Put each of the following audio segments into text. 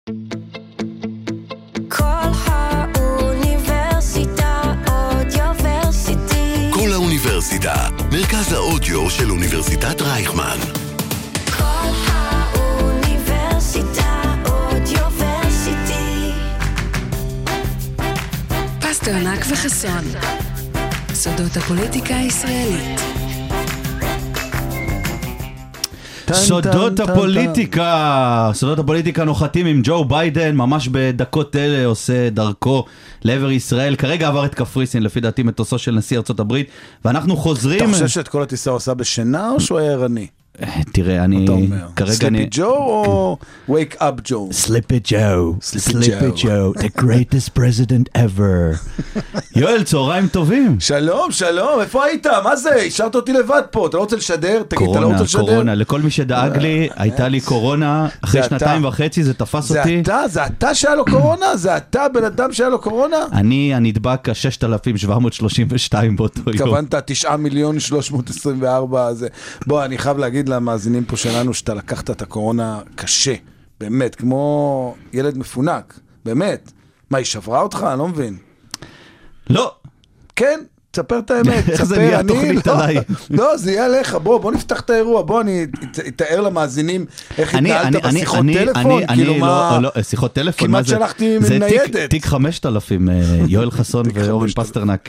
כל האוניברסיטה, מרכז האודיו של אוניברסיטת רייכמן. כל האוניברסיטה אודיוורסיטי. פסטרנק וחסון, סודות הפוליטיקה הישראלית. סודות הפוליטיקה, סודות הפוליטיקה נוחתים עם ג'ו ביידן, ממש בדקות אלה עושה דרכו לעבר ישראל, כרגע עבר את קפריסין, לפי דעתי מטוסו של נשיא ארצות הברית, ואנחנו חוזרים... אתה חושב שאת כל הטיסה עושה בשינה או שהוא היה ערני? תראה, אני... סליפי ג'ו או wake up ג'ו? סליפי ג'ו, סליפי ג'ו, the greatest president ever. יואל, צהריים טובים. שלום, שלום, איפה היית? מה זה? השארת אותי לבד פה, אתה לא רוצה לשדר? תגיד, אתה לא רוצה לשדר? קורונה, לכל מי שדאג לי, הייתה לי קורונה, אחרי 2.5 זה תפס אותי. זה אתה שהיה לו קורונה? זה אתה בן אדם שהיה לו קורונה? אני הנדבק 6,732 באותו יום. התכוונת 9,324,000. בוא, אני חייב להגיד למאזינים פה שלנו שאתה לקחת את הקורונה קשה, באמת, כמו ילד מפונק, באמת. מה, היא שברה אותך? אני לא מבין. לא. כן, תספר את האמת. איך זה נהיה תוכנית עליי? לא, זה יהיה עליך, בוא נפתח את האירוע, בוא אני אתאר למאזינים איך התנהלת בשיחות טלפון, כאילו מה... לא, שיחות טלפון, כמעט שלחתי מניידת. זה תיק 5,000, יואל חסון ואורן פסטרנק.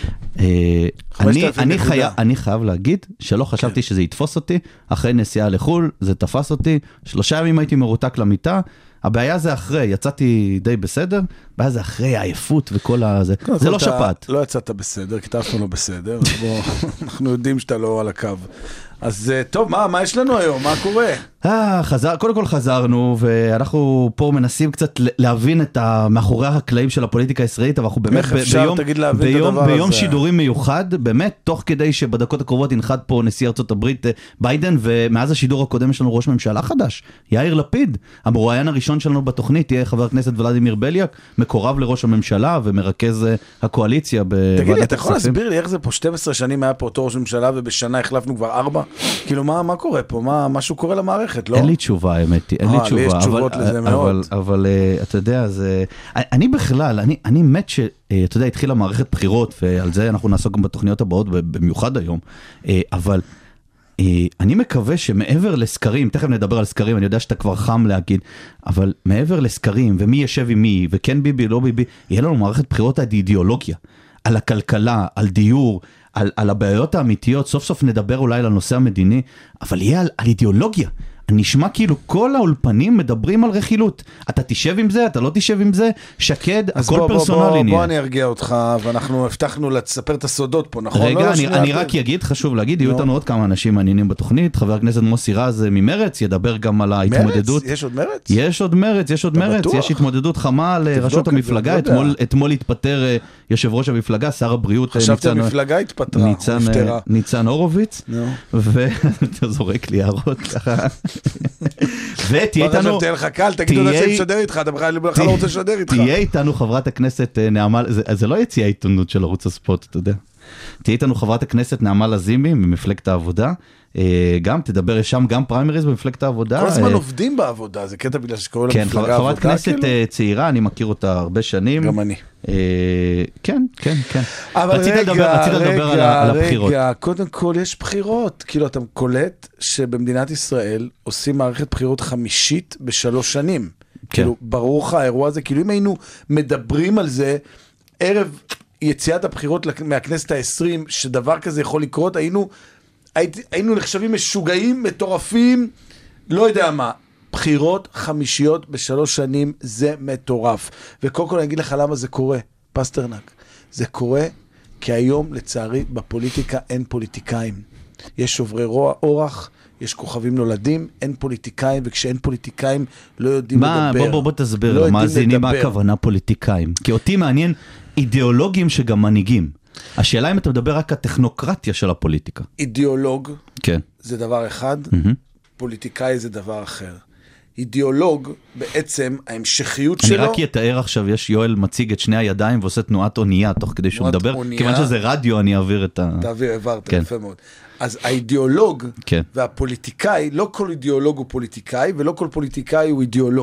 אני חייב להגיד שלא חשבתי שזה יתפוס אותי, אחרי נסיעה לחול, זה תפס אותי, 3 ימים הייתי מרותק למיטה, הבעיה זה אחרי, יצאתי די בסדר, הבעיה זה אחרי העייפות וכל הזה, זה לא שפעת. לא יצאת בסדר, כי אתה לא בסדר, אז בוא, אנחנו יודעים שאתה לא על הקו. אז טוב, מה יש לנו היום? מה קורה? קודם כל חזרנו, ואנחנו פה מנסים קצת להבין את מאחורי הקלעים של הפוליטיקה הישראלית, אבל אנחנו באמת ביום שידורים מיוחד, באמת, תוך כדי שבדקות הקרובות ינחת פה נשיא ארצות הברית ביידן, ומאז השידור הקודם יש לנו ראש ממשלה חדש, יאיר לפיד. המרואיין הראשון שלנו בתוכנית יהיה חבר הכנסת ולדימיר בליאק, מקורב לראש הממשלה ומרכז הקואליציה בוועדת הכספים. תגיד לי, אתה יכול להסביר לי איך זה פה 12 שנים היה פה אותו ראש ממשלה, ובשנה החלפנו כבר 4? כאילו, מה קורה פה? משהו קורה למערכת, לא? אין לי תשובה, האמת היא, אין לי תשובה. יש תשובות לזה מאוד. אבל אתה יודע, אני בכלל, אני מת אתה יודע, התחילה מערכת בחירות, ועל זה אנחנו נעסוק גם בתוכניות הבאות, במיוחד היום, אבל אני מקווה שמעבר לסקרים, תכף נדבר על סקרים, אני יודע שאתה כבר חם להגיד, אבל מעבר לסקרים, ומי ישב עם מי, וכן ביבי, לא ביבי, יהיה לנו מערכת בחירות על אידיאולוגיה, על הכלכלה, על דיור, על הבעיות האמיתיות, סוף סוף נדבר אולי על הנושא המדיני, אבל יהיה על אידיאולוגיה. נשמע כאילו כל האולפנים מדברים על רכילות. אתה תשב עם זה, אתה לא תשב עם זה, שקד, הכל פרסונלי נהיה. בוא אני ארגיע אותך, ואנחנו הבטחנו לספר את הסודות פה, נכון? רגע, אני רק אגיד, חשוב להגיד, יהיו אותנו עוד כמה אנשים מעניינים בתוכנית, חבר הכנסת מוסי רז ממרץ, ידבר גם על ההתמודדות. מרץ? יש עוד מרץ? יש עוד מרץ, יש התמודדות חמה לראשות המפלגה, אתמול התפטר יושב ראש המפלגה, שר הבריאות חשבתי המפלגה התפטרה, ניצן הורוביץ, ואתה זורק לי הערות ככה. ותהיה איתנו, תהיה לך קל, תגיד אותה שמשדר איתך, אתה בכלל לא רוצה לשדר איתך. תהיה איתנו חברת הכנסת נעמה, זה לא יציאה עיתונות של ערוץ הספורט, אתה יודע. תהיה איתנו חברת הכנסת נעמה לזימי ממפלגת העבודה, גם תדבר שם גם פריימריז במפלגת העבודה. כל הזמן עובדים בעבודה, זה קטע בגלל שקורא למפלגה עבודה. כן, חברת כנסת צעירה, אני מכיר אותה הרבה שנים. גם אני. כן. רצית לדבר על הבחירות. רגע, קודם כל יש בחירות. כאילו אתה קולט שבמדינת ישראל עושים מערכת בחירות 5 ב3 שנים. כאילו ברור לך האירוע הזה, כאילו אם היינו מדברים על זה ערב יציאת הבחירות מהכנסת ה-20, שדבר כזה יכול לקרות, היינו נחשבים משוגעים, מטורפים, לא יודע מה. בחירות 5 ב3 שנים זה מטורף. וקודם כל אני אגיד לך למה זה קורה, פסטרנק. זה קורה כי היום לצערי בפוליטיקה אין פוליטיקאים. יש שוברי אורח, יש כוכבים נולדים, אין פוליטיקאים, וכשאין פוליטיקאים לא יודעים לדבר. בוא תסביר, מה הכוונה פוליטיקאים? כי אותי מעניין אידיאולוגים שגם מנהיגים. השאלה אם אתה מדבר רק הטכנוקרטיה של הפוליטיקה. אידיאולוג כן. זה דבר אחד, פוליטיקאי זה דבר אחר. אידיאולוג, בעצם ההמשכיות שלו... אני רק יתאר עכשיו, יש יואל מציג את שני הידיים ועושה תנועת אונייה תוך כדי שהוא מדבר, כיוון שזה רדיו אני אעביר את העברת, יפה מאוד. אז האידיאולוג והפוליטיקאי, לא כל אידיאולוג הוא פוליטיקאי, ולא כל פוליטיקאי הוא אידיאולוג.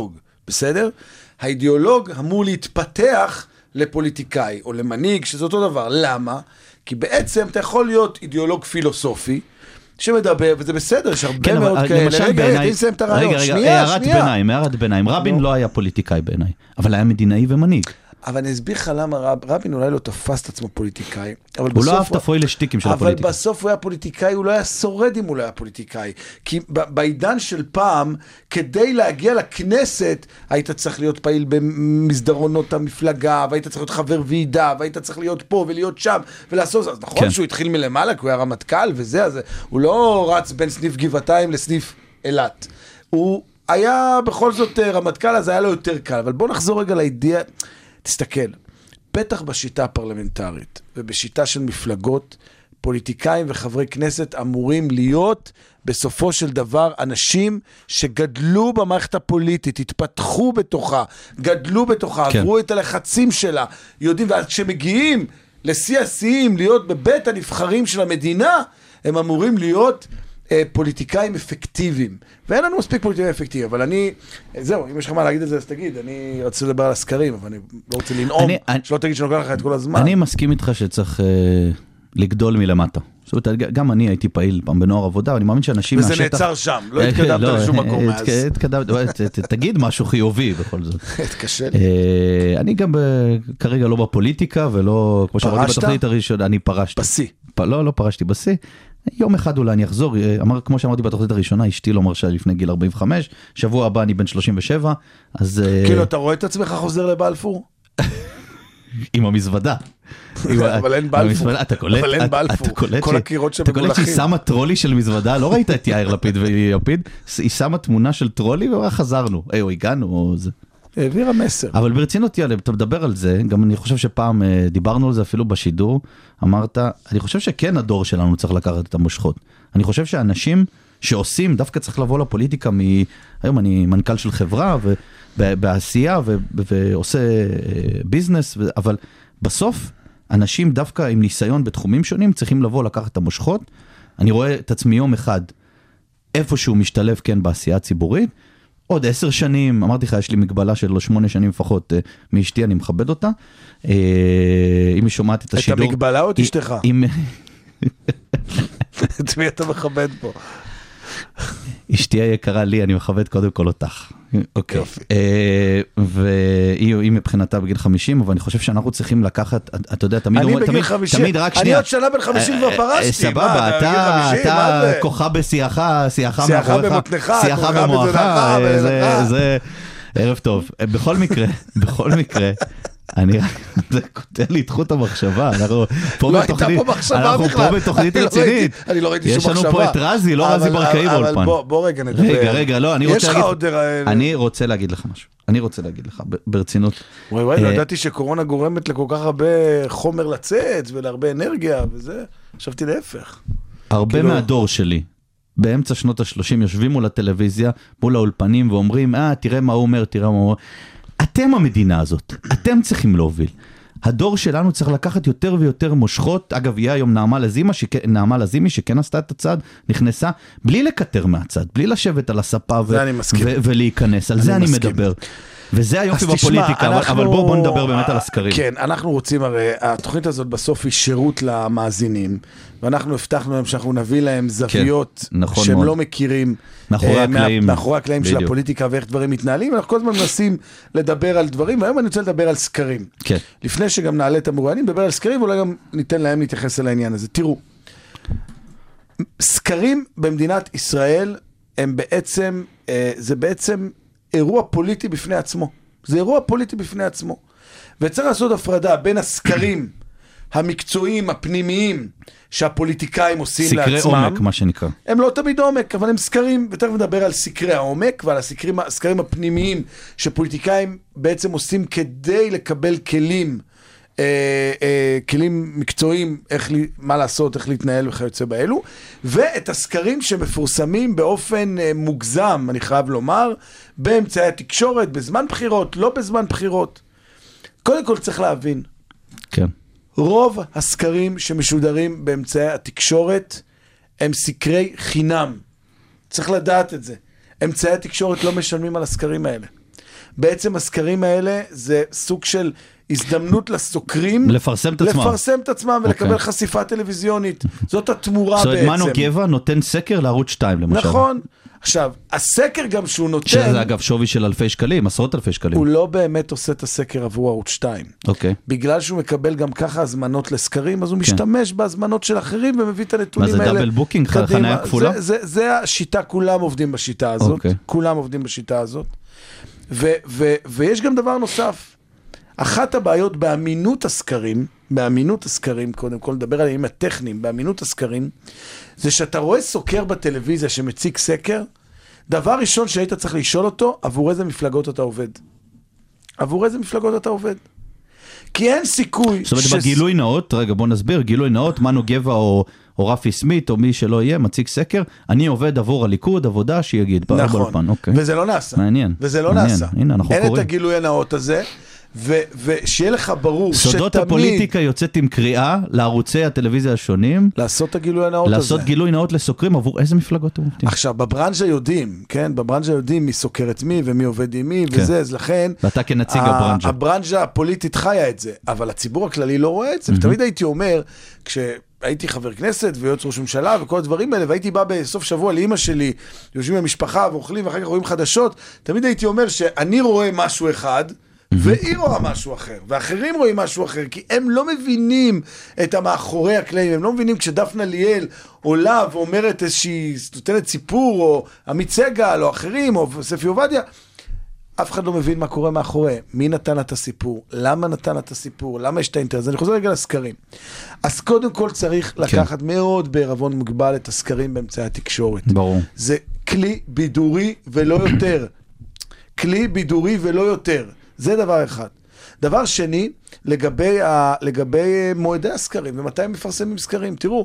בסדר? האידיאולוג אמור להתפתח לפוליטיקאי או למנהיג, שזה אותו דבר. למה? כי בעצם אתה יכול להיות אידיאולוג פילוסופי, שמדבר, וזה בסדר, יש הרבה מאוד כאלה. רגע, תסיים את הרעיון. הערת ביניים. רבין לא היה פוליטיקאי בעיניי, אבל היה מדינאי ומנהיג. אבל אני אסביר לך למה רבין אולי לא תפס את עצמו פוליטיקאי. הוא לא אהב את הפועל השטיקים של הפוליטיקה. אבל בסוף הוא היה פוליטיקאי, הוא לא היה שורד אם הוא לא היה פוליטיקאי. כי בעידן של פעם, כדי להגיע לכנסת, היית צריך להיות פעיל במסדרונות המפלגה, והיית צריך להיות חבר ועידה, והיית צריך להיות פה ולהיות שם, ולעשות. אז נכון שהוא התחיל מלמעלה, כי הוא היה רמטכ"ל וזה, אז הוא לא רץ בין סניף גבעתיים לסניף אילת. הוא היה בכל זאת רמטכ"ל, אז היה לו יותר קל. אבל בוא נחזור רגע לידיעה. תסתכל, בטח בשיטה הפרלמנטרית ובשיטה של מפלגות, פוליטיקאים וחברי כנסת אמורים להיות בסופו של דבר אנשים שגדלו במערכת הפוליטית, התפתחו בתוכה, גדלו בתוכה, כן. עברו את הלחצים שלה, יודעים, ואז כשמגיעים לשיא השיאים, להיות בבית הנבחרים של המדינה, הם אמורים להיות פוליטיקאים אפקטיביים, ואין לנו מספיק פוליטיקאים אפקטיביים, אבל אני, זהו, אם יש לך מה להגיד את זה, אז תגיד, אני רוצה לדבר על הסקרים, אבל אני לא רוצה לנאום, שלא תגיד שנוגע לך את כל הזמן. אני מסכים איתך שצריך לגדול מלמטה. זאת אומרת, גם אני הייתי פעיל פעם בנוער עבודה, ואני מאמין שאנשים מהשטח... וזה נעצר שם, לא התקדמת לשום מקום מאז. תגיד משהו חיובי בכל זאת. קשה לי. אני גם כרגע לא בפוליטיקה, ולא, כמו שאמרתי בתוכנית הראשונה, אני פרשתי. בסי. לא פרשתי בסי. יום אחד אולי אני אחזור, כמו שאמרתי בתוכנית הראשונה, אשתי לא מרשה לפני גיל 45, שבוע הבא אני בן 37, אז... כאילו, אתה רואה את עצמך חוזר לבלפור? עם המזוודה. אבל אין בלפור. אבל אין בלפור. כל הקירות שמגולחים. אתה קולט שהיא שמה טרולי של מזוודה, לא ראית את יאיר לפיד ויפיד, היא שמה תמונה של טרולי וחזרנו, או הגענו, או זה. העביר המסר. אבל ברצינות, יאללה, אתה מדבר על זה, גם אני חושב שפעם דיברנו על זה אפילו בשידור, אמרת, אני חושב שכן הדור שלנו צריך לקחת את המושכות. אני חושב שאנשים שעושים, דווקא צריך לבוא לפוליטיקה, היום אני מנכ"ל של חברה, ובעשייה, ועושה ביזנס, אבל בסוף, אנשים דווקא עם ניסיון בתחומים שונים, צריכים לבוא לקחת את המושכות. אני רואה את עצמי יום אחד, איפשהו משתלב כן בעשייה הציבורית, עוד 10 שנים, אמרתי לך, יש לי מגבלה של 8 שנים לפחות מאשתי, אני מכבד אותה. אם היא שומעת את השידור... את המגבלה או את אשתך? את מי אתה מכבד פה? אשתי היקרה לי, אני מכבד קודם כל אותך. אוקיי. והיא מבחינתה בגיל 50, אבל אני חושב שאנחנו צריכים לקחת, אתה יודע, תמיד רק שנייה. אני עוד שנה בן 50 כבר פרשתי. סבבה, אתה כוחה בשיחה, שיחה במותנך, שיחה במוח, זה ערב טוב. בכל מקרה, זה קוטע לי את חות המחשבה, אנחנו פה בתוכנית רצינית, אני לא ראיתי שום מחשבה. יש לנו פה את רזי, לא רזי ברקאי באולפן. אבל בוא רגע נדבר. רגע, לא, אני רוצה להגיד לך משהו, ברצינות. וואי, לא ידעתי שקורונה גורמת לכל כך הרבה חומר לצאת, ולהרבה אנרגיה, וזה, חשבתי להפך. הרבה מהדור שלי, באמצע שנות ה-30, יושבים מול הטלוויזיה, מול האולפנים, ואומרים, תראה מה הוא אומר, תראה מה הוא אומר. אתם המדינה הזאת, אתם צריכים להוביל. הדור שלנו צריך לקחת יותר ויותר מושכות, אגב, יהיה היום נעמה לזימי שכן עשתה את הצד, נכנסה, בלי לקטר מהצד, בלי לשבת על הספה ולהיכנס, על זה אני מדבר. וזה היופי בפוליטיקה, אבל בואו נדבר באמת על הסקרים. כן, אנחנו רוצים, הרי התוכנית הזאת בסוף היא שירות למאזינים, ואנחנו הבטחנו להם שאנחנו נביא להם זוויות שהם לא מכירים מאחורי הקלעים של הפוליטיקה ואיך דברים מתנהלים, אנחנו כל הזמן מנסים לדבר על דברים, והיום אני רוצה לדבר על סקרים. לפני שגם נעלה את המרואיינים, נדבר על סקרים, ואולי גם ניתן להם להתייחס על העניין הזה. תראו, סקרים במדינת ישראל הם בעצם, זה בעצם אירוע פוליטי בפני עצמו. זה אירוע פוליטי בפני עצמו. וצריך לעשות הפרדה בין הסקרים המקצועיים, הפנימיים, שהפוליטיקאים עושים לעצמם. סקרי עומק, מה שנקרא. הם לא תמיד עומק, אבל הם סקרים, ותכף נדבר על סקרי העומק, ועל הסקרים הפנימיים, שפוליטיקאים בעצם עושים כדי לקבל כלים מקצועיים, מה לעשות, איך להתנהל וכיוצא באלו, ואת הסקרים שמפורסמים באופן מוגזם, אני חייב לומר, באמצעי התקשורת, בזמן בחירות, לא בזמן בחירות. קודם כל צריך להבין, כן. רוב הסקרים שמשודרים באמצעי התקשורת, הם סקרי חינם. צריך לדעת את זה. אמצעי התקשורת לא משלמים על הסקרים האלה. בעצם הסקרים האלה זה סוג של הזדמנות לסוקרים לפרסם את עצמם ולקבל חשיפה טלוויזיונית. זאת התמורה בעצם. מנו גבע נותן סקר לערוץ 2 למשל. נכון. עכשיו, הסקר גם שהוא נותן... שזה אגב שווי של אלפי שקלים, עשרות אלפי שקלים. הוא לא באמת עושה את הסקר עבור ערוץ 2. אוקיי. בגלל שהוא מקבל גם ככה הזמנות לסקרים, אז הוא משתמש בהזמנות של אחרים ומביא את הנתונים האלה. מה זה דאבל בוקינג? חניה כפולה? זה השיטה, כולם עובדים בשיטה הזאת. כולם עובדים בשיטה הזאת. ויש גם דבר נוסף. אחת הבעיות באמינות הסקרים, קודם כל, לדבר עליהם הטכניים, באמינות הסקרים, זה שאתה רואה סוקר בטלוויזיה שמציג סקר, דבר ראשון שהיית צריך לשאול אותו, עבור איזה מפלגות אתה עובד. עבור איזה מפלגות אתה עובד. כי אין סיכוי... זאת אומרת, בגילוי נאות, רגע בוא נסביר, גילוי נאות, מנו גבע או רפי סמית, או מי שלא יהיה, מציג סקר, אני עובד עבור הליכוד, עבודה שיגיד. נכון, וזה לא נעשה. מעניין. וזה לא נעשה. הנה, אנחנו קוראים. אין את הגילוי הנאות הזה. ושיהיה לך ברור סודות הפוליטיקה יוצאת עם קריאה לערוצי הטלוויזיה השונים לעשות את הגילוי הנאות הזה. לעשות גילוי נאות לסוקרים עבור איזה מפלגות הם עובדים. עכשיו, בברנז'ה יודעים, כן? בברנז'ה יודעים מי סוקר את מי ומי עובד עם מי וזה, אז לכן... ואתה כנציג הברנז'ה. הברנז'ה הפוליטית חיה את זה, אבל הציבור הכללי לא רואה את זה. ותמיד הייתי אומר, הייתי חבר כנסת ויועץ ראש ממשלה וכל הדברים האלה, והייתי בא בסוף שבוע לאמא שלי, יושבים במשפחה ואוכלים ואחר כך רואים חדשות, תמיד הייתי אומר שאני רואה משהו אחד, והיא רואה משהו אחר, ואחרים רואים משהו אחר, כי הם לא מבינים את המאחורי הקלעים, הם לא מבינים כשדפנה ליאל עולה ואומרת איזושהי, נותנת סיפור, או עמית סגל, או אחרים, או ספי עובדיה, אף אחד לא מבין מה קורה מאחורי, מי נתן את הסיפור, למה נתן את הסיפור, למה יש את האינטרס, אני חוזר רגע לסקרים. אז קודם כל צריך לקחת מאוד בערבון מוגבל את הסקרים באמצעי התקשורת. ברור. זה כלי בידורי ולא יותר. כלי בידורי ולא יותר. זה דבר אחד. דבר שני, לגבי מועדי הסקרים, ומתי הם מפרסמים סקרים, תראו,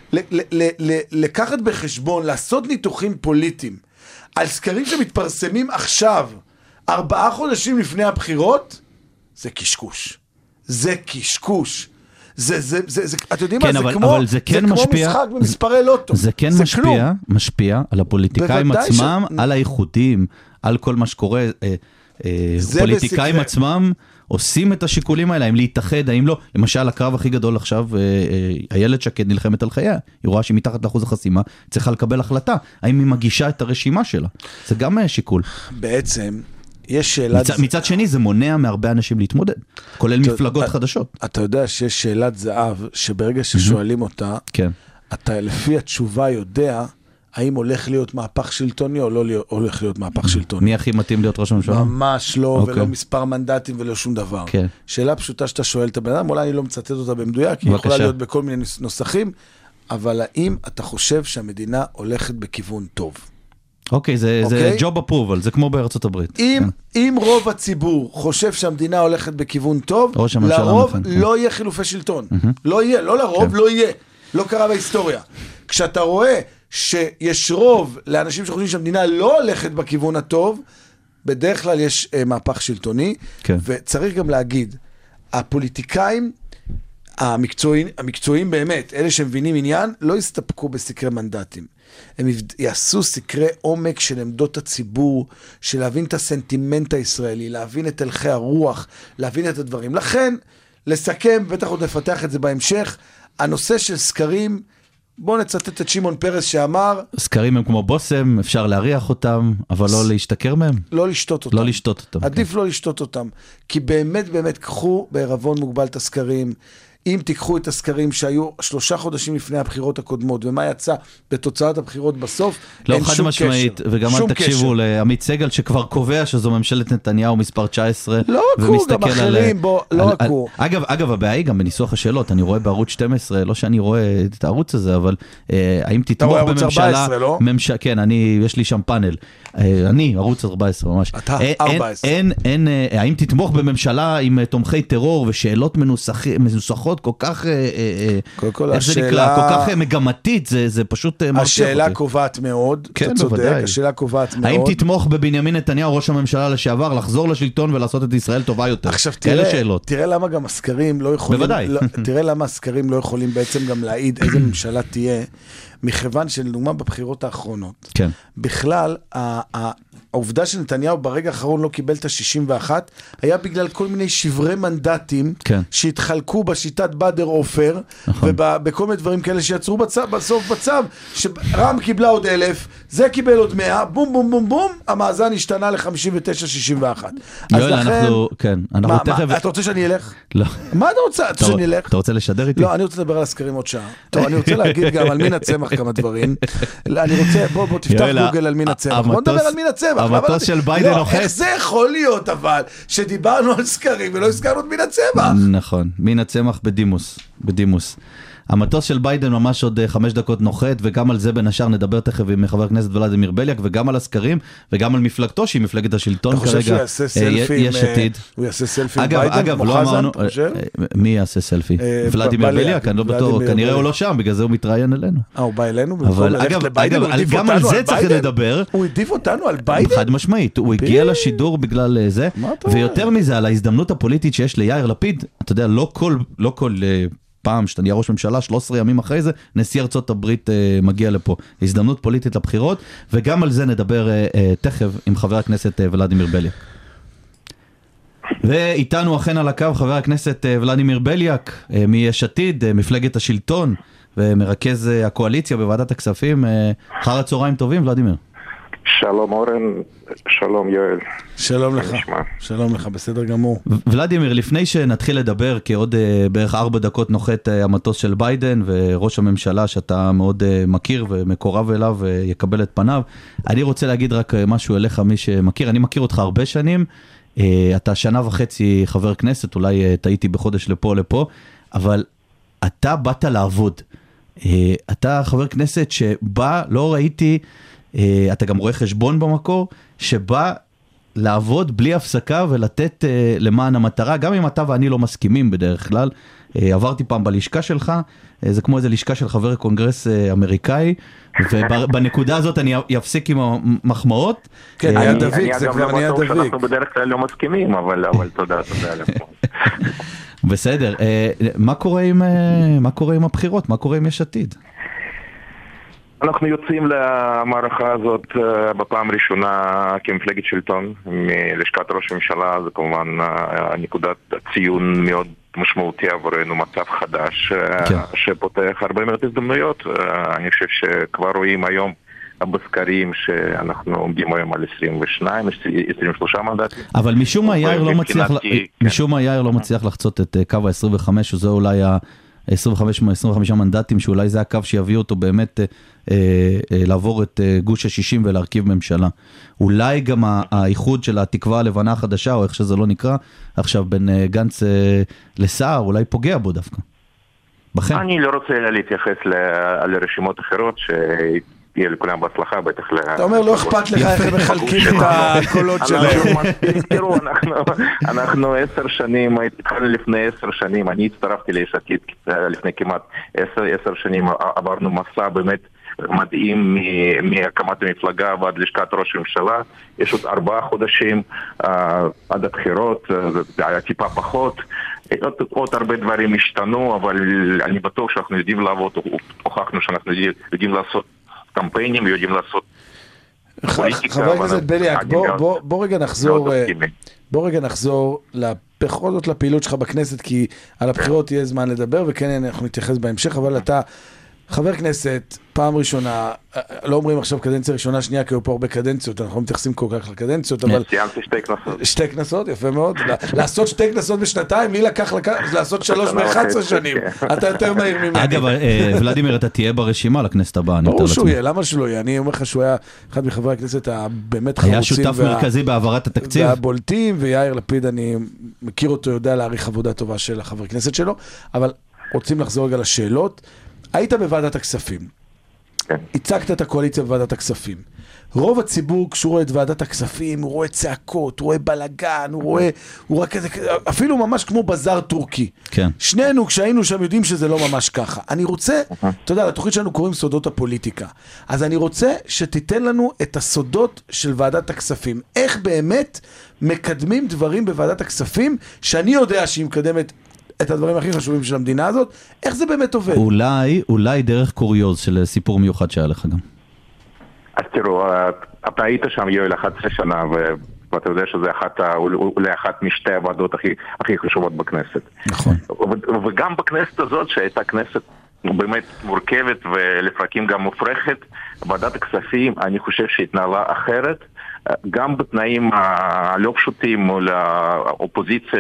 לקחת בחשבון, לעשות ניתוחים פוליטיים, על סקרים שמתפרסמים עכשיו, 4 חודשים לפני הבחירות, זה קשקוש. זה קשקוש. אתם יודעים מה, זה כמו משחק במספרי לוטו. זה כן משפיע על הפוליטיקאים עצמם, על האיחודים, על כל מה שקורה. פוליטיקאים עצמם עושים את השיקולים האלה, האם להתאחד, האם לא. למשל, הקרב הכי גדול עכשיו, איילת שקד נלחמת על חייה, היא רואה שהיא מתחת לאחוז החסימה, צריכה לקבל החלטה, האם היא מגישה את הרשימה שלה. זה גם שיקול. בעצם, יש שאלת... מצד שני, זה מונע מהרבה אנשים להתמודד, כולל מפלגות חדשות. אתה יודע שיש שאלת זהב, שברגע ששואלים אותה, אתה לפי התשובה יודע, האם הולך להיות מהפך שלטוני או לא הולך להיות מהפך שלטוני. מי הכי מתאים להיות ראש הממשלה? ממש לא, ולא מספר מנדטים ולא שום דבר. שאלה פשוטה שאתה שואל את הבן אדם, אולי אני לא מצטט אותה במדויק, היא יכולה להיות בכל מיני נוסחים, אבל האם אתה חושב שהמדינה הולכת בכיוון טוב? אוקיי, זה job approval, זה כמו בארצות הברית. אם רוב הציבור חושב שהמדינה הולכת בכיוון טוב, לרוב לא יהיה חילופי שלטון. לא יהיה, לא לרוב, לא יהיה. לא קרה בהיסטוריה. כשאתה רואה שיש רוב לאנשים שחושבים שהמדינה לא הולכת בכיוון הטוב, בדרך כלל יש מהפך שלטוני, וצריך גם להגיד, הפוליטיקאים המקצועיים באמת, אלה שמבינים עניין, לא יסתפקו בסקרי מנדטים. הם יעשו סקרי עומק של עמדות הציבור, של להבין את הסנטימנט הישראלי, להבין את הלכי הרוח, להבין את הדברים. לכן, לסכם, בטח עוד נפתח את זה בהמשך, הנושא של סקרים, בואו נצטט את שמעון פרס שאמר... סקרים הם כמו בוסם, אפשר להריח אותם, אבל לא להשתכר מהם? לא לשתות אותם. לא לשתות אותם. עדיף לא לשתות אותם. כי באמת, קחו בערבון מוגבל את הסקרים. אם תיקחו את הסקרים שהיו 3 חודשים לפני הבחירות הקודמות, ומה יצא בתוצאת הבחירות בסוף, לא חד משמעית, וגם אל תקשיבו לעמית סגל, שכבר קובע שזו ממשלת נתניהו מספר 19. לא עקו, גם אחרים, לא עקו. אגב, הבעיה היא גם בניסוח השאלות, אני רואה בערוץ 12, לא שאני רואה את הערוץ הזה, אבל האם תתמוך בממשלה... אתה רואה ערוץ 14, לא? כן, יש לי שם פאנל. ערוץ 14 ממש. אתה 14. האם תתמוך בממשלה עם תומכי טרור ושאלות מנוסחות כל כך, איך זה נקרא, כל כך מגמתית, זה פשוט מרתיח אותי. השאלה קובעת מאוד, אתה צודק, השאלה קובעת מאוד. האם תתמוך בבנימין נתניהו, ראש הממשלה לשעבר, לחזור לשלטון ולעשות את ישראל טובה יותר? עכשיו תראה למה גם הסקרים לא יכולים, בוודאי. תראה למה הסקרים לא יכולים בעצם גם להעיד איזה ממשלה תהיה, מכיוון שלדוגמה בבחירות האחרונות, כן. בכלל, העובדה שנתניהו ברגע האחרון לא קיבל את ה-61, היה בגלל כל מיני שברי מנדטים, כן. שהתחלקו בשיטת בדר עופר, נכון. ובכל מיני דברים כאלה שיצרו בסוף בצו, שרם קיבלה עוד 1,000, זה קיבל עוד 100, בום בום בום בום, המאזן השתנה ל-59-61. יואל, אנחנו תכף... אתה רוצה שאני אלך? לא. מה אתה רוצה? אתה רוצה שאני אלך? אתה רוצה לשדר איתי? לא, אני רוצה לדבר על הסקרים עוד שעה. טוב, אני רוצה להגיד גם על מין הצמח כמה דברים. אני רוצה, בוא תפתח גוגל על מין הצמח. בוא נדבר על מין הצמח. המטוס של ביידן לא, נוחת. איך זה יכול להיות אבל, שדיברנו על סקרים ולא הזכרנו את מין הצמח? נכון, מין הצמח בדימוס. המטוס של ביידן ממש עוד 5 דקות נוחת, וגם על זה בין השאר נדבר תכף עם חבר הכנסת ולדימיר בליאק, וגם על הסקרים, וגם על מפלגתו, שהיא מפלגת השלטון כרגע. אתה חושב שהוא יעשה סלפי יש עתיד. הוא יעשה סלפי עם ביידן? אגב, לא אמרנו, מי יעשה סלפי? ולדימיר בליאק, אני לא בטוח, כנראה הוא לא שם, בגלל זה הוא מתראיין אלינו. הוא בא אלינו? אבל אגב, גם על זה צריך לדבר. הוא עדיף אותנו על ביידן? חד משמעית, הוא הגיע לשידור בגלל זה, ויותר מזה, על ההזדמנות הפוליטית שיש ליאיר לפיד, אתה יודע, לא כל פעם שאתה נהיה ראש ממשלה, 13 ימים אחרי זה, נשיא ארצות הברית מגיע לפה. הזדמנות פוליטית לבחירות, וגם על זה נדבר תכף עם חבר הכנסת ולדימיר בליאק. ואיתנו אכן על הקו חבר הכנסת ולדימיר בליאק, מיש עתיד, מפלגת השלטון, ומרכז הקואליציה בוועדת הכספים. אחר הצהריים טובים, ולדימיר. שלום אורן, שלום יואל. שלום לך, שלום לך, בסדר גמור. ולדימיר, לפני שנתחיל לדבר, כי עוד בערך 4 דקות נוחת המטוס של ביידן, וראש הממשלה שאתה מאוד מכיר ומקורב אליו יקבל את פניו, אני רוצה להגיד רק משהו אליך, מי שמכיר, אני מכיר אותך הרבה שנים, אתה 1.5 שנה חבר כנסת, אולי טעיתי בחודש לפה, אבל אתה באת לעבוד. אתה חבר כנסת שבא, לא ראיתי, אתה גם רואה חשבון במקור, שבא לעבוד בלי הפסקה ולתת למען המטרה, גם אם אתה ואני לא מסכימים בדרך כלל. עברתי פעם בלשכה שלך, זה כמו איזה לשכה של חבר קונגרס אמריקאי, ובנקודה הזאת אני אפסיק עם המחמאות. כן, נהיה דביק, זה כבר נהיה דביק. אנחנו בדרך כלל לא מסכימים, אבל תודה עליו. בסדר, מה קורה עם הבחירות? מה קורה עם יש עתיד? אנחנו יוצאים למערכה הזאת בפעם ראשונה כמפלגת שלטון מלשכת ראש הממשלה. זה כמובן נקודת ציון מאוד משמעותי עבורנו, מצב חדש שפותח הרבה מאוד הזדמנויות. אני חושב שכבר רואים היום בסקרים שאנחנו עומדים היום על 23 מנדטים. אבל משום מה יאיר לא מצליח לחצות את קו ה-25, וזה אולי 25 מנדטים, שאולי זה הקו שיביא אותו באמת לעבור את גוש ה-60 ולהרכיב ממשלה. אולי גם האיחוד של התקווה הלבנה החדשה, או איך שזה לא נקרא, עכשיו בין גנץ לסער, אולי פוגע בו דווקא. בכם. אני לא רוצה להתייחס לרשימות אחרות יהיה לכולם בהצלחה, בטח אתה אומר, לא אכפת לך איך הם מחלקים את הקולות שלהם. תראו, אנחנו 10 שנים, התחלנו לפני 10 שנים, אני הצטרפתי ליש עתיד לפני כמעט 10 שנים, עברנו מסע באמת מדהים מהקמת המפלגה ועד לשכת ראש הממשלה. יש עוד 4 חודשים עד הבחירות, זה היה טיפה פחות. עוד הרבה דברים השתנו, אבל אני בטוח שאנחנו יודעים לעבוד, הוכחנו שאנחנו יודעים לעשות קמפיינים ויודעים לעשות פוליטיקה. חבר הכנסת בליאק, בוא רגע נחזור בכל זאת לפעילות שלך בכנסת, כי על הבחירות יהיה זמן לדבר, וכן אנחנו נתייחס בהמשך, אבל אתה חבר כנסת, פעם ראשונה, לא אומרים עכשיו קדנציה ראשונה, שנייה, כי היו פה הרבה קדנציות, אנחנו לא מתייחסים כל כך לקדנציות, אבל... סיימתי 2 כנסות. 2 כנסות, יפה מאוד. לעשות 2 כנסות בשנתיים, לי לקח לעשות 3 ב-11 שנים. אתה יותר מהיר ממני. אגב, ולדימיר, אתה תהיה ברשימה לכנסת הבאה. ברור שהוא יהיה, למה שלא יהיה? אני אומר לך שהוא היה אחד מחברי הכנסת הבאמת חרוצים. היה שותף מרכזי בהעברת התקציב. והבולטים, ויאיר לפיד, אני מכיר אותו, יודע להעריך עבודה טובה של החבר כנסת שלו, אבל רוצים לחזור רגע לשאלות. היית בוועדת הכספים, הצגת את הקואליציה בוועדת הכספים. רוב הציבור, כשהוא רואה את ועדת הכספים, הוא רואה צעקות, הוא רואה בלגן, הוא רואה כזה, אפילו ממש כמו בזאר טורקי. כן. שנינו, כשהיינו שם, יודעים שזה לא ממש ככה. אני רוצה, אתה יודע, לתוכנית שלנו קוראים סודות הפוליטיקה. אז אני רוצה שתיתן לנו את הסודות של ועדת הכספים. איך באמת מקדמים דברים בוועדת הכספים, שאני יודע שהיא מקדמת את הדברים הכי חשובים של המדינה הזאת. איך זה באמת עובד? אולי דרך קוריוז של סיפור מיוחד שהיה לך גם. אז תראו, אתה היית שם יואל 11 שנה, ואתה יודע שזה אולי אחת משתי הוועדות הכי חשובות בכנסת. נכון. וגם בכנסת הזאת, שהייתה כנסת באמת מורכבת ולפרקים גם מופרכת, ועדת הכספים, אני חושב שהתנהלה אחרת, גם בתנאים הלא פשוטים מול האופוזיציה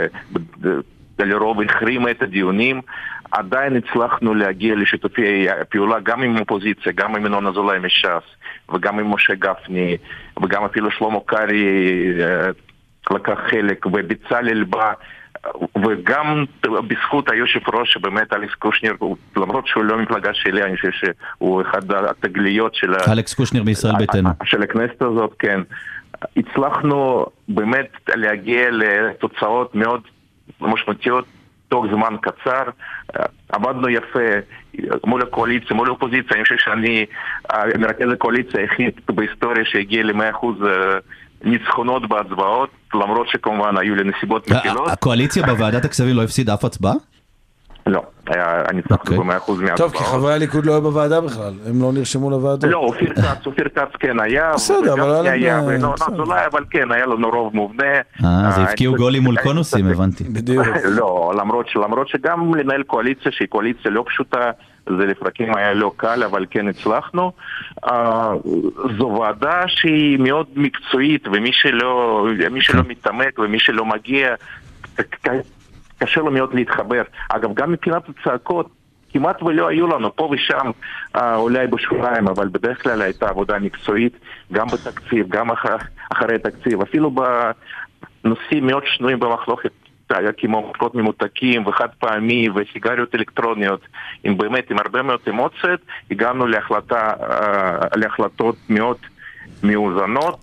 שלרוב החרימה את הדיונים, עדיין הצלחנו להגיע לשיתופי פעולה גם עם אופוזיציה, גם עם ינון אזולאי מש"ס, וגם עם משה גפני, וגם אפילו שלמה קרעי לקח חלק, ובצלאל בא, וגם בזכות היושב ראש שבאמת אלכס קושניר, למרות שהוא לא מפלגה שלי, אני חושב שהוא אחד התגליות של אלכס קושניר בישראל ביתנו של הכנסת הזאת, כן. הצלחנו באמת להגיע לתוצאות מאוד משמעותיות תוך זמן קצר, עבדנו יפה מול הקואליציה, מול האופוזיציה. אני חושב שאני מרכז הקואליציה היחיד בהיסטוריה שהגיע ל100% ניצחונות בהצבעות, למרות שכמובן היו לנסיבות מקילות. הקואליציה בוועדת הכספים לא הפסיד אף הצבעה? לא, אני ניצחנו ב100% מההצבעות. טוב, כי חברי הליכוד לא היו בוועדה בכלל, הם לא נרשמו לוועדות. לא, אופיר כץ כן היה, בסדר, אבל כן, היה לנו רוב מובנה. אז הבקיעו גולים מול קונוסים, הבנתי. בדיוק. לא, למרות שגם לנהל קואליציה, שהיא קואליציה לא פשוטה, זה לפרקים היה לא קל, אבל כן הצלחנו. זו ועדה שהיא מאוד מקצועית, ומי שלא מתעמק ומי שלא מגיע, קשה לו מאוד להתחבר. אגב, גם מבחינת הצעקות, כמעט ולא היו לנו, פה ושם, אולי בשוליים, אבל בדרך כלל הייתה עבודה מקצועית, גם בתקציב, גם אחרי התקציב, אפילו בנושאים מאוד שנויים במחלוקת, כמו מתקות ממותקים וחד פעמי וסיגריות אלקטרוניות, עם הרבה מאוד אמוציות, הגענו להחלטות מאוד מאוזנות.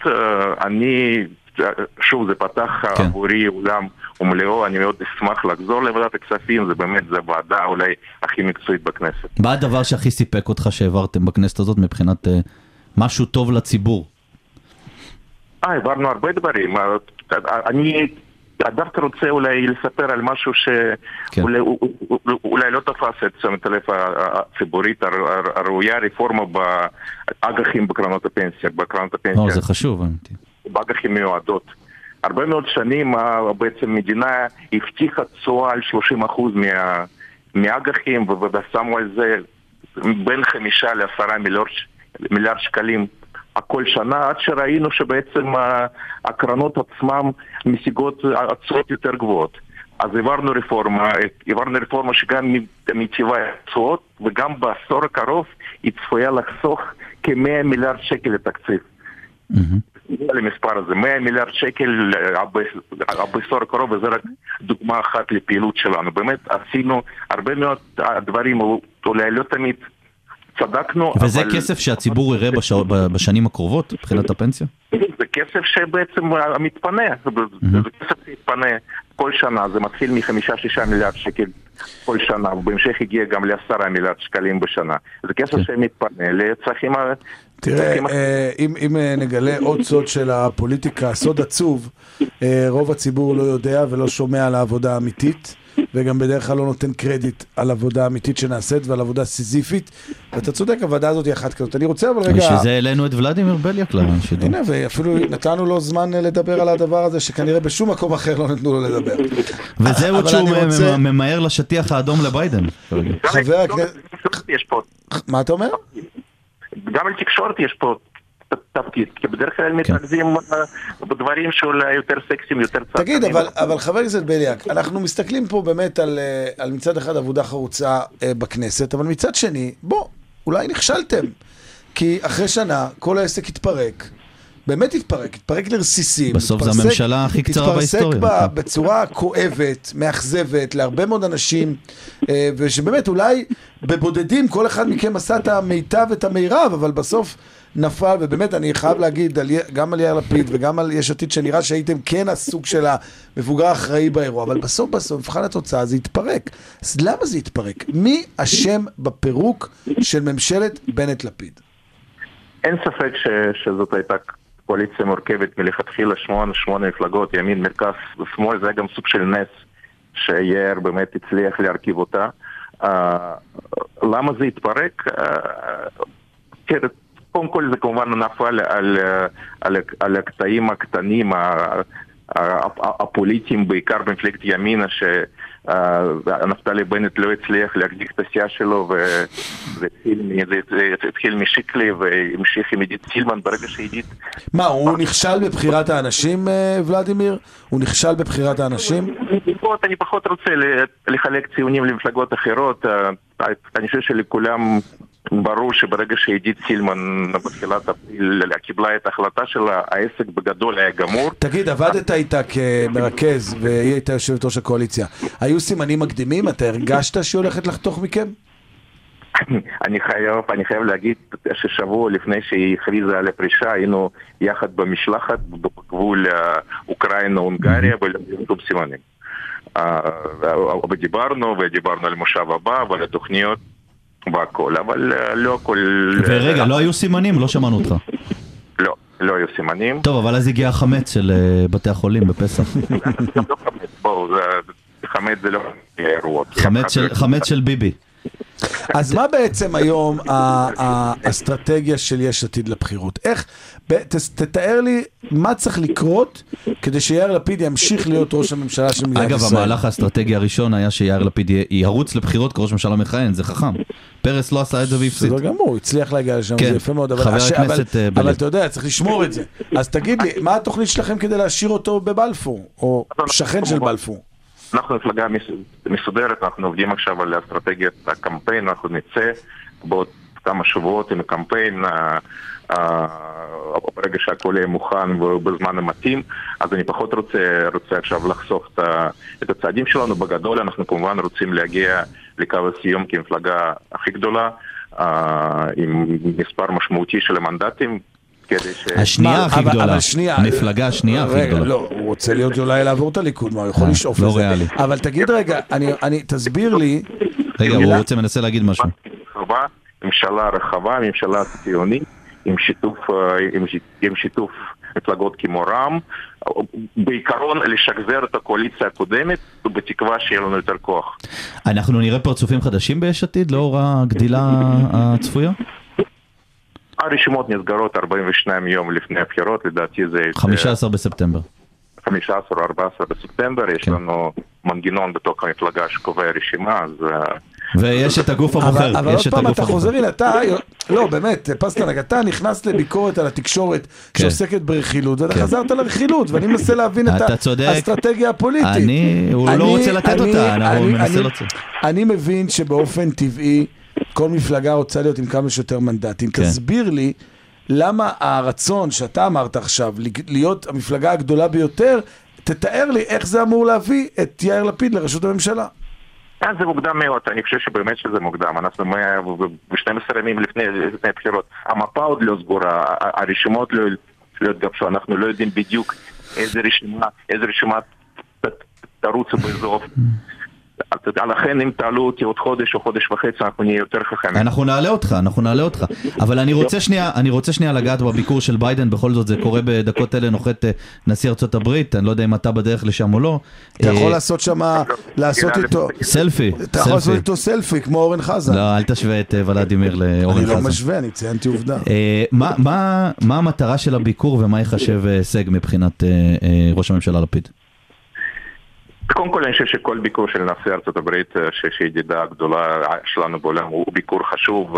שוב, זה פתח עבורי עולם ומלאו, אני מאוד אשמח לחזור לוועדת הכספים, זה באמת, זה ועדה אולי הכי מקצועית בכנסת. מה הדבר שהכי סיפק אותך שהעברתם בכנסת הזאת מבחינת משהו טוב לציבור? העברנו הרבה דברים. אני דווקא רוצה אולי לספר על משהו שאולי לא תפס את תשומת הלב הציבורית הראויה, רפורמה באג"חים בקרנות הפנסיה. זה חשוב. באג"חים מיועדות. הרבה מאוד שנים בעצם מדינה הבטיחה תשואה על 30% מהאג"חים, ושמו על זה בין 5 ל10 מיליארד שקלים כל שנה, עד שראינו שבעצם הקרנות עצמם משיגות תשואות יותר גבוהות. אז העברנו רפורמה שגם מטיבה תשואות, וגם בעשור הקרוב היא צפויה לחסוך כ100 מיליארד שקל לתקציב. למספר הזה, 100 מיליארד שקל בעשור הקרוב, וזה רק דוגמה אחת לפעילות שלנו. באמת עשינו הרבה מאוד דברים, אולי לא תמיד צדקנו. וזה כסף שהציבור יראה בשנים הקרובות, מבחינת הפנסיה? זה כסף שבעצם מתפנה, זה כסף שהתפנה כל שנה, זה מתחיל מ5-6 מיליארד שקל כל שנה, ובהמשך הגיע גם ל10 מיליארד שקלים בשנה. זה כסף שמתפנה לצרכים... תראה, אם נגלה עוד סוד של הפוליטיקה, סוד עצוב, רוב הציבור לא יודע ולא שומע על העבודה האמיתית, וגם בדרך כלל לא נותן קרדיט על עבודה אמיתית שנעשית ועל עבודה סיזיפית, ואתה צודק, הוועדה הזאת היא אחת כזאת. אני רוצה אבל רגע... ושזה העלינו את ולדימיר בליאק לשידור. הנה, ואפילו נתנו לו זמן לדבר על הדבר הזה, שכנראה בשום מקום אחר לא נתנו לו לדבר. וזה עוד שהוא ממהר לשטיח האדום לביידן. חבר הכנסת... מה אתה אומר? גם על תקשורת יש פה תפקיד, כי בדרך כלל מתרכזים בדברים שאולי יותר סקסיים, יותר צעקנים. תגיד, אבל חבר הכנסת בליאק, אנחנו מסתכלים פה באמת על מצד אחד עבודה חרוצה בכנסת, אבל מצד שני, אולי נכשלתם, כי אחרי שנה כל העסק התפרק, באמת התפרק לרסיסים. בסוף זה הממשלה הכי קצרה בהיסטוריה. התפרסק בצורה כואבת, מאכזבת, להרבה מאוד אנשים, ושבאמת אולי בבודדים כל אחד מכם עשה את המיטב ואת המירב, אבל בסוף נפל, ובאמת אני חייב להגיד גם על יאיר לפיד וגם על יש עתיד שנראה שהייתם כן הסוג של המבוגר האחראי באירוע, אבל בסוף מבחן התוצאה זה התפרק. אז למה זה התפרק? מי אשם בפירוק של ממשלת בנט לפיד? אין ספק שזאת הייתה קואליציה מורכבת מלכתחילה 8 מפלגות, ימין, מרכז ושמאל, זה היה גם סוג של נס שיאיר באמת הצליח להרכיב אותה. למה זה התפרק? קודם כל זה כמובן נפל על הקטעים הקטנים הפוליטיים, בעיקר במפלגת ימינה, שנפתלי בנט לא הצליח להחזיק את הסיעה שלו, וזה התחיל משיקלי והמשיך עם עידית סילמן. ברגע שעידית... מה, הוא נכשל בבחירת האנשים, ולדימיר? הוא נכשל בבחירת האנשים? אני פחות רוצה לחלק ציונים למפלגות אחרות. אני חושב שלכולם ברור שברגע שעידית סילמן בתחילת אפריל קיבלה את ההחלטה שלה, העסק בגדול היה גמור. תגיד, עבדת איתה כמרכז והיא הייתה יושבת ראש הקואליציה. היו סימנים מקדימים? אתה הרגשת שהיא הולכת לחתוך מכם? אני חייב להגיד ששבוע לפני שהיא הכריזה על הפרישה, היינו יחד במשלחת בגבול אוקראינה-הונגריה ולא סימנים. ודיברנו על מושב הבא ועל התוכניות והכל, אבל לא הכל... ורגע, לא היו סימנים? לא שמענו אותך. לא היו סימנים. טוב, אבל אז הגיע החמץ של בתי החולים בפסח. בואו, חמץ זה לא אירוע. חמץ של ביבי. אז מה בעצם היום האסטרטגיה של יש עתיד לבחירות? איך, תתאר לי מה צריך לקרות כדי שיאיר לפיד ימשיך להיות ראש הממשלה של מדינת ישראל. אגב, המהלך האסטרטגי הראשון היה שיאיר לפיד ירוץ לבחירות כראש ממשלה מכהן, זה חכם. פרס לא עשה את זה והפסיד. זה גמור, הוא הצליח להגיע לשם, זה יפה מאוד, אבל אתה יודע, צריך לשמור את זה. אז תגיד לי, מה התוכנית שלכם כדי להשאיר אותו בבלפור, או שכן של בלפור? אנחנו מפלגה מסודרת, אנחנו עובדים עכשיו על אסטרטגיית הקמפיין, אנחנו נצא בעוד כמה שבועות עם הקמפיין, ברגע שהכל יהיה מוכן ובזמן המתאים, אז אני פחות רוצה עכשיו לחשוף את הצעדים שלנו. בגדול אנחנו כמובן רוצים להגיע לקו הסיום כמפלגה הכי גדולה, עם מספר משמעותי של המנדטים, השנייה הכי גדולה, המפלגה השנייה הכי גדולה. לא, הוא רוצה להיות אולי לעבור את הליכוד, מה הוא יכול לשאוף לזה. לא ריאלי. אבל תגיד רגע, תסביר לי... רגע, הוא רוצה מנסה להגיד משהו. ממשלה רחבה, ממשלה ציונית, עם שיתוף מפלגות כמו רע"מ, בעיקרון לשחזר את הקואליציה הקודמת, ובתקווה שיהיה לנו יותר כוח. אנחנו נראה פרצופים חדשים ביש עתיד, לאור הגדילה הצפויה? הרשימות נסגרות 42 יום לפני הבחירות, לדעתי זה... 15 בספטמבר. 15 או 14 בספטמבר, יש לנו מנגנון בתוך המפלגה שקובע רשימה, אז... ויש את הגוף הבוחר. אבל עוד פעם אתה חוזר לי, לא באמת, פסטרנק, אתה נכנס לביקורת על התקשורת שעוסקת ברכילות, ואתה חזרת לרכילות, ואני מנסה להבין את האסטרטגיה הפוליטית. הוא לא רוצה לתת אותה, הוא מנסה להוציא. אני מבין שבאופן טבעי, כל מפלגה רוצה להיות עם כמה שיותר מנדטים. תסביר לי למה הרצון שאתה אמרת עכשיו, להיות המפלגה הגדולה ביותר, תתאר לי איך זה אמור להביא את יאיר לפיד לראשות הממשלה. זה מוקדם מאוד, אני חושב שבאמת שזה מוקדם. אנחנו ב-12 ימים לפני הבחירות, המפה עוד לא סגורה, הרשימות לא התגבשו, אנחנו לא יודעים בדיוק איזה רשימה תרוץ באזור. לכן אם תעלו אותי עוד חודש או חודש וחצי אנחנו נהיה יותר חכמים. אנחנו נעלה אותך, אבל אני רוצה שנייה לגעת בביקור של ביידן, בכל זאת זה קורה בדקות אלה, נוחת נשיא ארצות הברית, אני לא יודע אם אתה בדרך לשם או לא. אתה יכול לעשות שם, לעשות איתו סלפי. אתה יכול לעשות איתו סלפי כמו אורן חזן. לא, אל תשווה את ולדימיר לאורן חזן. אני לא משווה, אני ציינתי עובדה. מה המטרה של הביקור ומה יחשב הישג מבחינת ראש הממשלה לפיד? קודם כל אני חושב שכל ביקור של נשיא ארצות הברית, שהיא ידידה הגדולה שלנו בעולם, הוא ביקור חשוב.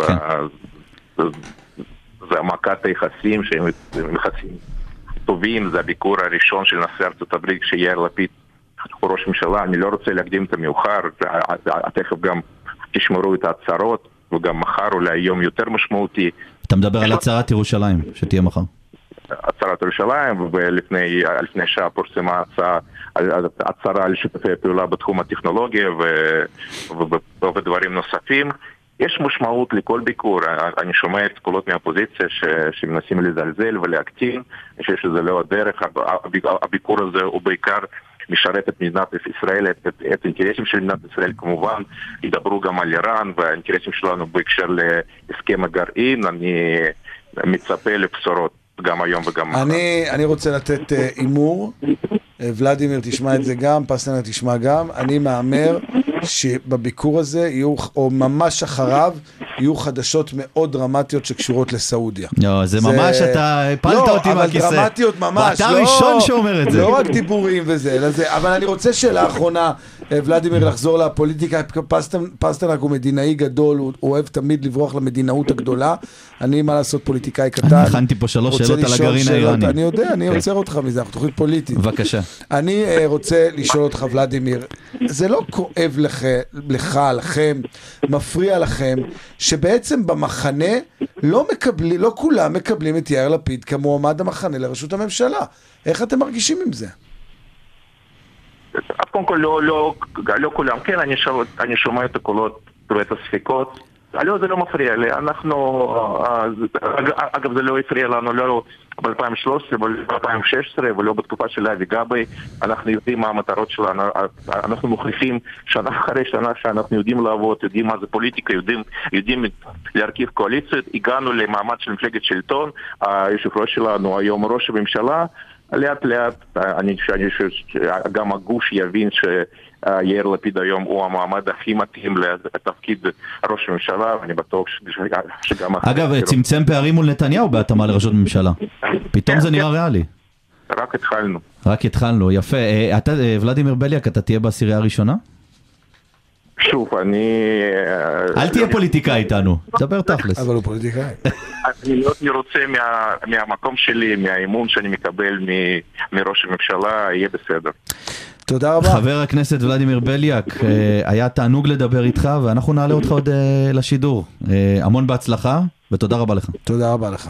זה העמקת היחסים, שהם יחסים טובים. זה הביקור הראשון של נשיא ארצות הברית כשיאיר לפיד הוא ראש ממשלה. אני לא רוצה להקדים את המאוחר, תכף גם תשמרו את ההצהרות, וגם מחר אולי יום יותר משמעותי. אתה מדבר על הצהרת ירושלים שתהיה מחר. הצהרת ירושלים, ולפני שעה פורסמה הצהרה על שיתופי פעולה בתחום הטכנולוגיה ודברים נוספים. יש משמעות לכל ביקור. אני שומע את קולות מהאופוזיציה שמנסים לזלזל ולהקטין. אני חושב שזה לא הדרך. הביקור הזה הוא בעיקר משרת את מדינת ישראל, את האינטרסים של מדינת ישראל כמובן. ידברו גם על איראן והאינטרסים שלנו בהקשר להסכם הגרעין. אני מצפה לבשורות גם היום וגם מחר. אני רוצה לתת אימור, ולדימיר תשמע את זה גם, פסטרנק תשמע גם, אני מאמר שבביקור הזה יהיו, או ממש אחריו, יהיו חדשות מאוד דרמטיות שקשורות לסעודיה. לא, זה ממש, אתה הפלת אותי מהכיסא. לא, אבל דרמטיות ממש. אתה הראשון שאומר את זה. לא רק דיבורים וזה, אלא זה. אבל אני רוצה שאלה אחרונה, ולדימיר, לחזור לפוליטיקה. פסטרנק הוא מדינאי גדול, הוא אוהב תמיד לברוח למדינאות הגדולה. אני, מה לעשות, פוליטיקאי קטן. אני הכנתי פה 3 שאלות על הגרעין האיראני. אני יודע, אני עוצר אותך מזה, אנחנו תוכנית פוליטית. בבקשה. אני רוצה לשאול אותך, ולדימיר, זה לא כואב לכם, מפריע לכם, שבעצם במחנה לא כולם מקבלים את יאיר לפיד כמועמד המחנה לראשות הממשלה. איך אתם מרגישים עם זה? אז קודם כל לא כולם, כן, אני שומע את הקולות ואת הספיקות, לא, זה לא מפריע לי, אגב זה לא הפריע לנו לא ב-2013 ולא ב-2016 ולא בתקופה של אבי גבאי, אנחנו יודעים מה המטרות שלנו, אנחנו מוכיחים שנה אחרי שנה שאנחנו יודעים לעבוד, יודעים מה זה פוליטיקה, יודעים להרכיב קואליציות, הגענו למעמד של מפלגת שלטון, היושב ראש שלנו היום ראש הממשלה, לאט לאט אני חושב שגם הגוש יבין שיאיר לפיד היום הוא המועמד הכי מתאים לתפקיד ראש הממשלה, ואני בטוח שגם... אגב, צמצם פערים מול נתניהו בהתאמה לראשות ממשלה. פתאום זה נראה ריאלי. רק התחלנו, יפה. אתה, ולדימיר בליאק, אתה תהיה בעשירייה הראשונה? שוב, אל תהיה פוליטיקאי איתנו, דבר תכלס. אבל הוא פוליטיקאי. אני רוצה מהמקום שלי, מהאימון שאני מקבל מראש הממשלה, יהיה בסדר. תודה רבה. חבר הכנסת ולדימיר בליאק, היה תענוג לדבר איתך, ואנחנו נעלה אותך עוד לשידור. המון בהצלחה, ותודה רבה לך. תודה רבה לך.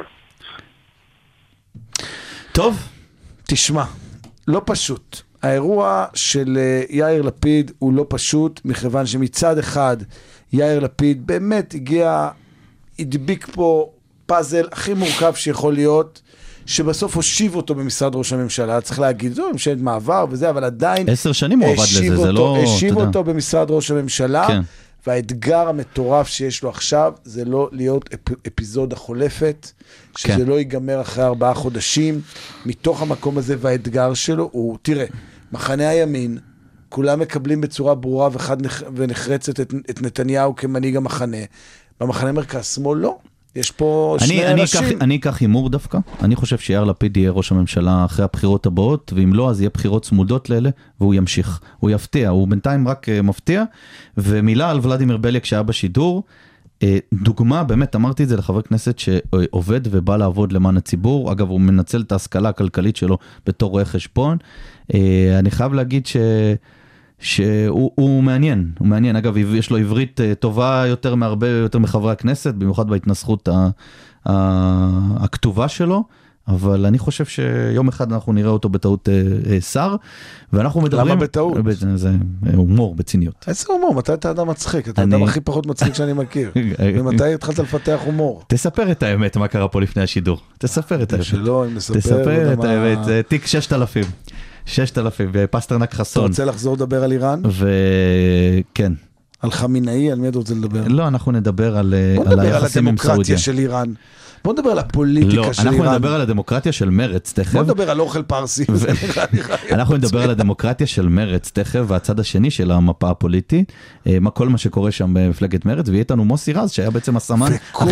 טוב. תשמע, לא פשוט. האירוע של יאיר לפיד הוא לא פשוט, מכיוון שמצד אחד יאיר לפיד באמת הדביק פה פאזל הכי מורכב שיכול להיות, שבסוף הושיב אותו במשרד ראש הממשלה, צריך להגיד, זו ממשלת מעבר וזה, אבל עדיין 10 שנים הוא עבד לזה, זה לא... השיב אותו במשרד ראש הממשלה, כן. והאתגר המטורף שיש לו עכשיו, זה לא להיות אפיזודה חולפת, שזה כן. לא ייגמר אחרי 4 חודשים, מתוך המקום הזה, והאתגר שלו הוא, תראה, מחנה הימין, כולם מקבלים בצורה ברורה ונחרצת את נתניהו כמנהיג המחנה, במחנה מרכז שמאל לא. יש פה שני אנשים. אני אקח הימור דווקא. אני חושב שיאיר לפיד יהיה ראש הממשלה אחרי הבחירות הבאות, ואם לא, אז יהיה בחירות צמודות לאלה, והוא ימשיך. הוא יפתיע, הוא בינתיים רק מפתיע. ומילה על ולדימיר בליאק שהיה בשידור, דוגמה, באמת אמרתי את זה לחבר כנסת שעובד ובא לעבוד למען הציבור. אגב, הוא מנצל את ההשכלה הכלכלית שלו בתור רואה חשבון. אני חייב להגיד שהוא מעניין, הוא מעניין. אגב, יש לו עברית טובה יותר מהרבה יותר מחברי הכנסת, במיוחד בהתנסחות הכתובה שלו, אבל אני חושב שיום אחד אנחנו נראה אותו בטעות שר, ואנחנו מדברים... למה בטעות? זה הומור, בציניות. איזה הומור? מתי אתה אדם מצחיק? אתה האדם הכי פחות מצחיק שאני מכיר. ומתי התחלת לפתח הומור? תספר את האמת, מה קרה פה לפני השידור. תספר את האמת. שלא, אם נספר... תספר את האמת, זה תיק 6,000. 6,000, ופסטרנק חסון. אתה רוצה לחזור לדבר על איראן? וכן. על חמינאי, על מי אתה רוצה לדבר? לא, אנחנו נדבר על היחסים עם סעודיה. בוא נדבר על הדמוקרטיה של איראן. בוא נדבר על הפוליטיקה של איראן. אנחנו נדבר על הדמוקרטיה של מרץ, תכף. בוא נדבר על אוכל פרסי. אנחנו נדבר על הדמוקרטיה של מרץ, תכף, והצד השני של המפה הפוליטית, כל מה שקורה שם במפלגת מרץ, ויהיה איתנו מוסי רז, שהיה בעצם הסמן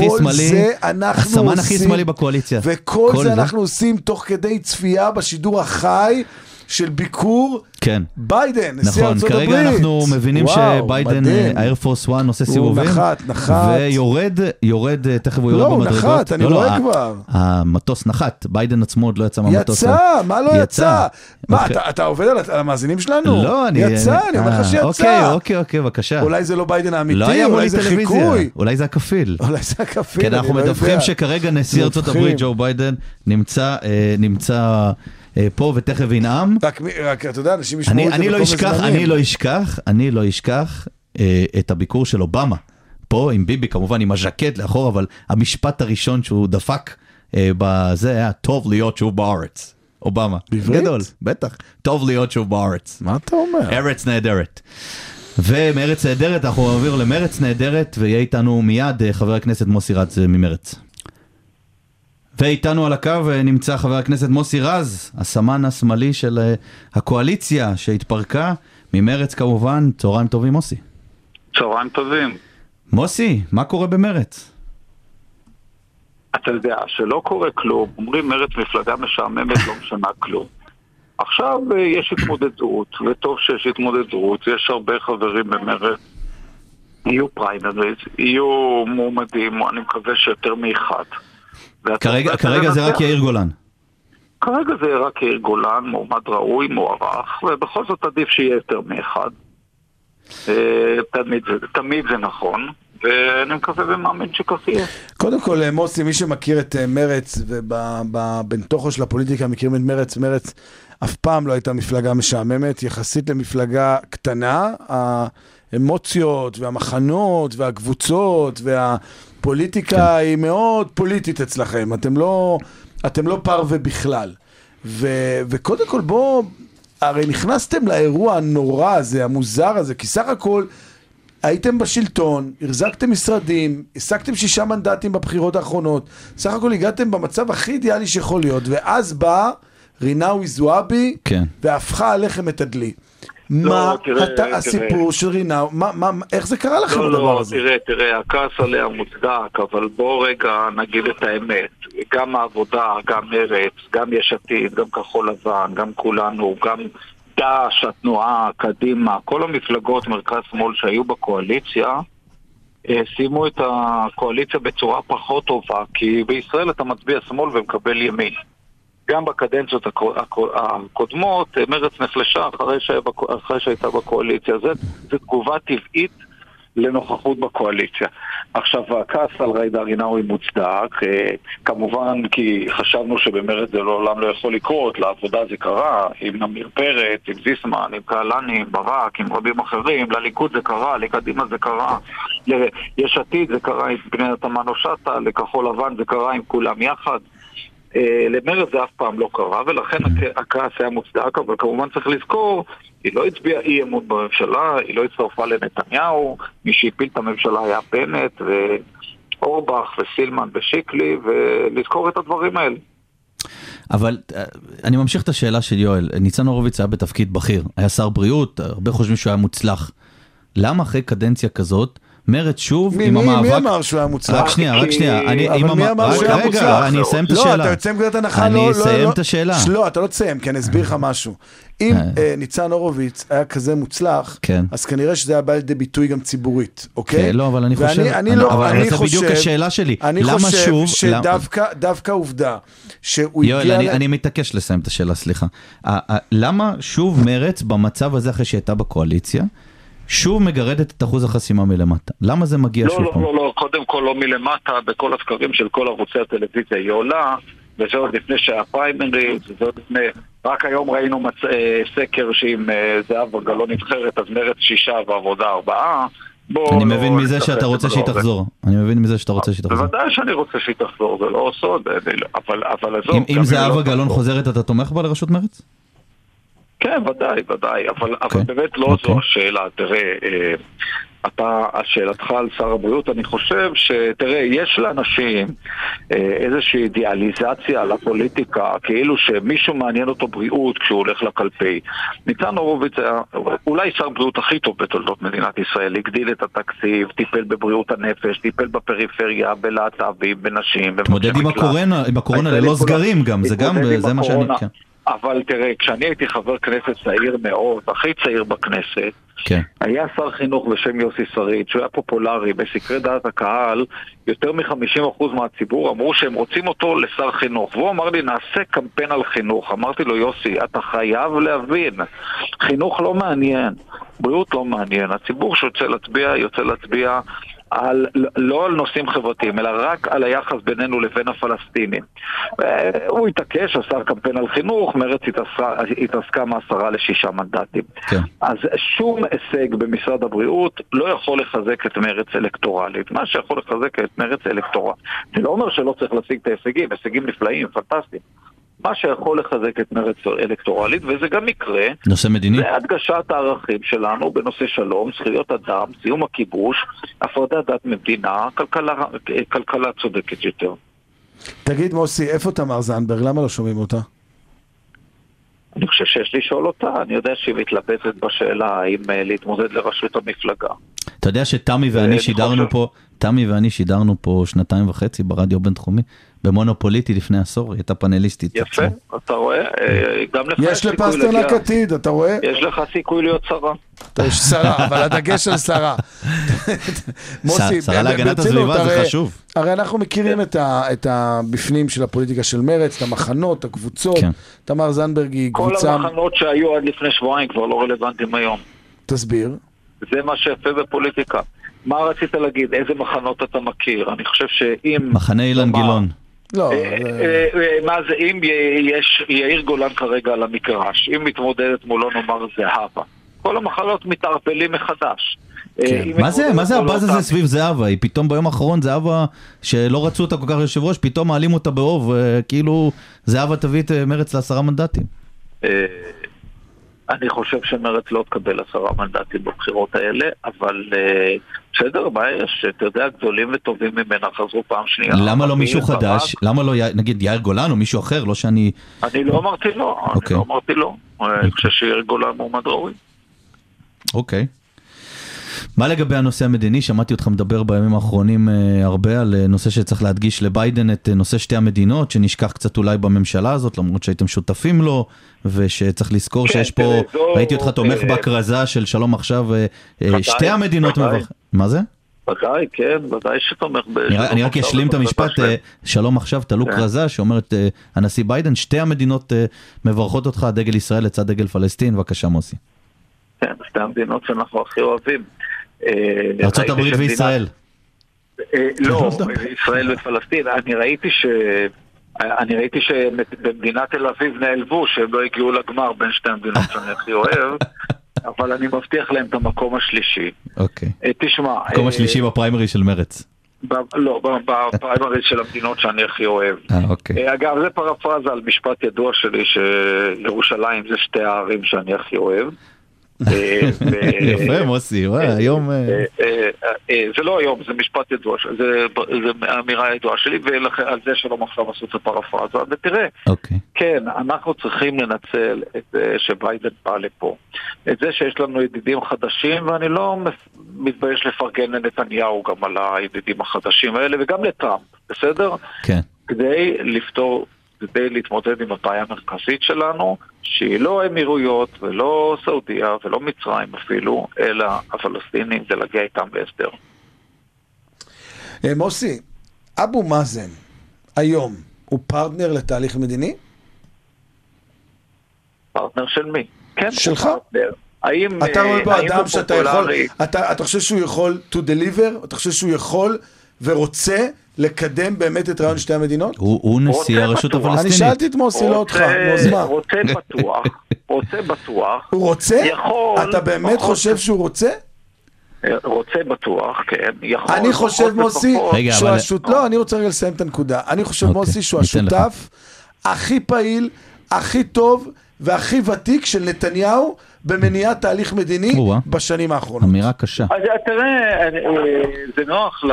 הכי שמאלי בקואליציה. וכל זה אנחנו עושים תוך כדי צפייה בשידור החי, של ביקור ביידן, נשיא ארצות הברית. כרגע אנחנו מבינים שביידן, האייר פורס 1 עושה סיבובים. הוא נחת. ויורד, תכף הוא יורד במדרגות. לא, הוא נחת, אני רואה כבר. המטוס נחת, ביידן עצמו עוד לא יצא מהמטוס. יצא, מה לא יצא? מה, אתה עובד על המאזינים שלנו? לא, יצא, אני אומר לך שיצא. אוקיי, בבקשה. אולי זה לא ביידן האמיתי, אולי זה חיקוי. אולי זה הכפיל. אולי זה הכפיל, כן, אנחנו מדווחים שכרגע נשיא ארצות הברית, ג'ו ביידן, נמצא פה ותכף ינעם. רק אתה יודע, אנשים ישמעו את זה בכל מזמנים. אני לא אשכח את הביקור של אובמה, פה עם ביבי, כמובן עם הז'קט לאחור, אבל המשפט הראשון שהוא דפק בזה היה, טוב להיות שוב בארץ. אובמה. בעברית? גדול, בטח. טוב להיות שוב בארץ. מה אתה אומר? ארץ נהדרת. ומארץ נהדרת אנחנו עוברים למרץ נהדרת, ויהיה איתנו מיד חבר הכנסת מוסי רז ממרץ. ואיתנו על הקו נמצא חבר הכנסת מוסי רז, הסמן השמאלי של הקואליציה שהתפרקה, ממרץ כמובן. צהריים טובים מוסי. צהריים טובים. מוסי, מה קורה במרץ? אתה יודע שלא קורה כלום, אומרים מרץ מפלגה משעממת, לא משנה כלום. עכשיו יש התמודדות, וטוב שיש התמודדות, יש הרבה חברים במרץ, יהיו פריימריז, יהיו מועמדים, אני מקווה שיותר מאחד. כרגע זה רק יאיר גולן. כרגע זה רק יאיר גולן, מועמד ראוי, מוערך, ובכל זאת עדיף שיהיה יותר מאחד. תמיד זה נכון, ואני מקווה ומאמין שכך יהיה. קודם כל, מוסי, מי שמכיר את מרץ, ובין תוכו של הפוליטיקה מכירים את מרץ, מרץ אף פעם לא הייתה מפלגה משעממת, יחסית למפלגה קטנה, האמוציות והמחנות והקבוצות והפוליטיקה היא מאוד פוליטית אצלכם, אתם לא פרווה בכלל. וקודם כל בוא, הרי נכנסתם לאירוע הנורא הזה, המוזר הזה, כי סך הכל הייתם בשלטון, הרזקתם משרדים, השגתם 6 מנדטים בבחירות האחרונות, סך הכל הגעתם במצב הכי אידיאלי שיכול להיות, ואז בא רינאוי זועבי, והפכה עליכם את הדלי. מה הסיפור של רינאוי, איך זה קרה לכם הדבר הזה? תראה, הכעס עליה מוצדק, אבל בוא רגע נגיד את האמת. גם העבודה, גם מרץ, גם יש עתיד, גם כחול לבן, גם כולנו, גם דש, התנועה, קדימה, כל המפלגות מרכז שמאל שהיו בקואליציה, שימו את הקואליציה בצורה פחות טובה, כי בישראל אתה מצביע שמאל ומקבל ימין. גם בקדנציות הקודמות, מרץ נחלשה אחרי שהייתה בקואליציה. זו תגובה טבעית לנוכחות בקואליציה. עכשיו, הכעס על ג'ידא רינאוי מוצדק, כמובן כי חשבנו שבמרץ זה לעולם לא יכול לקרות, לעבודה זה קרה, עם נמיר פרץ, עם זיסמן, עם קהלני, עם ברק, עם רבים אחרים, לליכוד זה קרה, לקדימה זה קרה, ליש עתיד זה קרה עם פנינה תמנו שטה, לכחול לבן זה קרה עם כולם יחד. למרץ זה אף פעם לא קרה, ולכן הכעס היה מוצדק, אבל כמובן צריך לזכור, היא לא הצביעה אי אמון בממשלה, היא לא הצטרפה לנתניהו, מי שהפיל את הממשלה היה בנט ואורבך וסילמן ושיקלי, ולזכור את הדברים האלה. אבל אני ממשיך את השאלה של יואל. ניצן הורוביץ היה בתפקיד בכיר, היה שר בריאות, הרבה חושבים שהוא היה מוצלח. למה אחרי קדנציה כזאת מרץ שוב עם המאבק? מי אמר שהוא היה מוצלח? רק שנייה. אבל מי אמר שהוא היה מוצלח? אני אסיים את השאלה. לא, אתה יוצא מגדת הנחה. אני אסיים את השאלה. לא, אתה לא תסיים, כי אני אסביר לך משהו. אם ניצן הורוביץ היה כזה מוצלח, אז כנראה שזה היה בא לידי ביטוי גם ציבורית, אוקיי? לא, אבל אני חושב, אבל זה בדיוק השאלה שלי. למה שוב? שדווקא עובדה שהוא הגיע... יואל, אני מתעקש לסיים את השאלה, סליחה. למה שוב מרץ במצב הזה אחרי שהייתה בקואליציה, שוב מגרדת את אחוז החסימה מלמטה? למה זה מגיע שוב פעם? לא, קודם כל לא מלמטה, בכל הסקרים של כל ערוצי הטלוויזיה היא עולה, וזה עוד לפני שהיה פריימריז, וזה עוד לפני, רק היום ראינו סקר שאם זהבה גלאון נבחרת, אז מרץ 6 ועבודה 4. אני מבין מזה שאתה רוצה שהיא תחזור. בוודאי שאני רוצה שהיא תחזור, זה לא סוד, אבל עזוב. אם זהבה גלאון חוזרת, אתה תומך בה לראשות מרץ? כן, ודאי, אבל באמת לא זו השאלה. תראה, שאלתך על שר הבריאות, אני חושב שתראה, יש לאנשים איזושהי אידיאליזציה לפוליטיקה, כאילו שמישהו מעניין אותו בריאות כשהוא הולך לקלפי. ניצן הורוביץ היה אולי שר בריאות הכי טוב בתולדות מדינת ישראל, הגדיל את התקציב, טיפל בבריאות הנפש, טיפל בפריפריה, בלהט"בים, בנשים. תמודד עם הקורונה ללא סגרים גם, זה מה שאני... אבל תראה, כשאני הייתי חבר כנסת צעיר מאוד, הכי צעיר בכנסת, היה שר חינוך בשם יוסי שריד, שהוא היה פופולרי, בסקרי דעת הקהל, יותר מ-50% מהציבור אמרו שהם רוצים אותו לשר חינוך, והוא אמר לי, נעשה קמפיין על חינוך. אמרתי לו, יוסי, אתה חייב להבין, חינוך לא מעניין, בריאות לא מעניין, הציבור שיוצא להצביע לא על נושאים חברתיים, אלא רק על היחס בינינו לבין הפלסטינים. הוא התעקש, עשה קמפיין על חינוך, מרץ התעסקה מ10 ל6 מנדטים. אז שום הישג במשרד הבריאות לא יכול לחזק את מרץ אלקטורלית. מה שיכול לחזק את מרץ אלקטורלית, זה לא אומר שלא צריך להשיג את ההישגים, הישגים נפלאים, פנטסטיים. מה שיכול לחזק את מרץ אלקטורלית, וזה גם יקרה, נושא מדיני. זה הדגשת הערכים שלנו בנושא שלום, זכויות אדם, סיום הכיבוש, הפרדת דת ממדינה, כלכלה צודקת יותר. תגיד מוסי, איפה תמר זנדברג? למה לא שומעים אותה? אני חושב שיש לשאול אותה, אני יודע שהיא מתלבטת בשאלה האם להתמודד לראשות המפלגה. אתה יודע שתמי ואני שידרנו פה 2.5 ברדיו בינתחומי, במונופוליטי לפני עשור, היא הייתה פנליסטית. יפה, אתה רואה? גם לך יש לפסטרנק עתיד, אתה רואה? יש לך סיכוי להיות שרה. יש שרה, אבל הדגש על שרה. שרה להגנת הסביבה זה חשוב. הרי אנחנו מכירים את הבפנים של הפוליטיקה של מרץ, את המחנות, הקבוצות. תמר זנדברג היא קבוצה... כל המחנות שהיו עד לפני שבועיים כבר לא רלוונטיים היום. תסביר. זה מה שיפה בפוליטיקה. מה רצית להגיד? איזה מחנות אתה מכיר? אני חושב שאם... מחנה אילן גילון. לא. מה זה, אם יש יאיר גולן כרגע על המגרש, אם מתמודדת מולו נאמר זהבה. כל המחנות מתערפלים מחדש. מה זה הבאז הזה סביב זהבה? היא פתאום ביום האחרון זהבה שלא רצו אותה כל כך יושב ראש, פתאום מעלים אותה באוב, כאילו זהבה תביא את מרץ ל10 מנדטים. אני חושב שמרץ לא תקבל 10 מנדטים בבחירות האלה, אבל בסדר, מה יש? אתה יודע, גדולים וטובים ממנה חזרו פעם שנייה. למה לא מישהו חדש? למה לא, נגיד, יאיר גולן או מישהו אחר? לא שאני... אני לא אמרתי לא, אני חושב שיאיר גולן מועמד ראוי. אוקיי. מה לגבי הנושא המדיני? שמעתי אותך מדבר בימים האחרונים הרבה על נושא שצריך להדגיש לביידן את נושא שתי המדינות, שנשכח קצת אולי בממשלה הזאת, למרות שהייתם שותפים לו, ושצריך לזכור שיש פה, ראיתי אותך תומך בהכרזה של שלום עכשיו, שתי המדינות מה זה? ודאי, כן, ודאי שתומך אני רק אשלים את המשפט, שלום עכשיו תלו כרזה שאומרת הנשיא ביידן, שתי המדינות מברכות אותך, דגל ישראל לצד דגל פלסטין. בבקשה מוסי. כן, שתי המדינות שאנחנו הכי אוהבים. ארצות הברית וישראל. לא, ישראל ופלסטין. אני ראיתי שבמדינת תל אביב נעלבו שהם לא הגיעו לגמר בין שתי המדינות שאני הכי אוהב, אבל אני מבטיח להם את המקום השלישי. אוקיי. תשמע. המקום השלישי בפריימרי של מרץ. לא, בפריימרי של המדינות שאני הכי אוהב. אוקיי. אגב, זה פרפרזה על משפט ידוע שלי שירושלים זה שתי הערים שאני הכי אוהב. יפה מוסי, היום זה לא היום, זה משפט ידוע, זה אמירה ידועה שלי, ועל זה שלום עכשיו עשו את הפרפרזה. ותראה, כן, אנחנו צריכים לנצל את זה שביידן בא לפה, את זה שיש לנו ידידים חדשים, ואני לא מתבייש לפרגן לנתניהו גם על הידידים החדשים האלה, וגם לטראמפ, בסדר? כן. כדי להתמודד עם הבעיה המרכזית שלנו, שהיא לא אמירויות ולא סעודיה ולא מצרים אפילו, אלא הפלסטינים, זה להגיע איתם בהסדר. מוסי, אבו מאזן היום הוא פרטנר לתהליך מדיני? פרטנר של מי? כן, שלך? אתה רואה באדם שאתה יכול, אתה חושב שהוא יכול to deliver? אתה חושב שהוא יכול ורוצה לקדם באמת את רעיון שתי המדינות? הוא נשיא הרשות הפלסטינית. אני שאלתי את מוסי, לא אותך, רוצה בטוח. הוא רוצה? אתה באמת חושב שהוא רוצה? רוצה בטוח, כן. אני חושב מוסי, לא, אני רוצה רגע לסיים את הנקודה. אני חושב מוסי שהוא השותף הכי פעיל, הכי טוב והכי ותיק של נתניהו במניעת תהליך מדיני בשנים האחרונות. אמירה קשה. אז תראה, זה נוח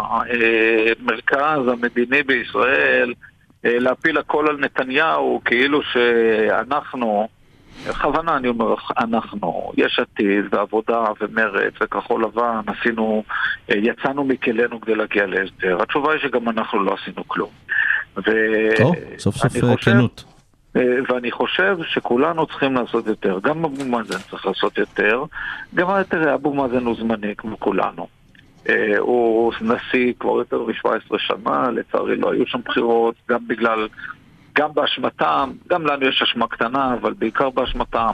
למרכז המדיני בישראל להפיל הכל על נתניהו, כאילו שאנחנו, בכוונה אני אומר, אנחנו, יש עתיד ועבודה ומרץ וכחול לבן, יצאנו מכלנו כדי להגיע להסדר. התשובה היא שגם אנחנו לא עשינו כלום. סוף סוף כנות. ואני חושב שכולנו צריכים לעשות יותר. גם אבו מאזן צריך לעשות יותר. גם אבו מאזן הוא זמני כמו כולנו. הוא נשיא כבר יותר מ-17 שנה, לצערי לא היו שם בחירות, גם באשמתם, גם לנו יש אשמה קטנה, אבל בעיקר באשמתם.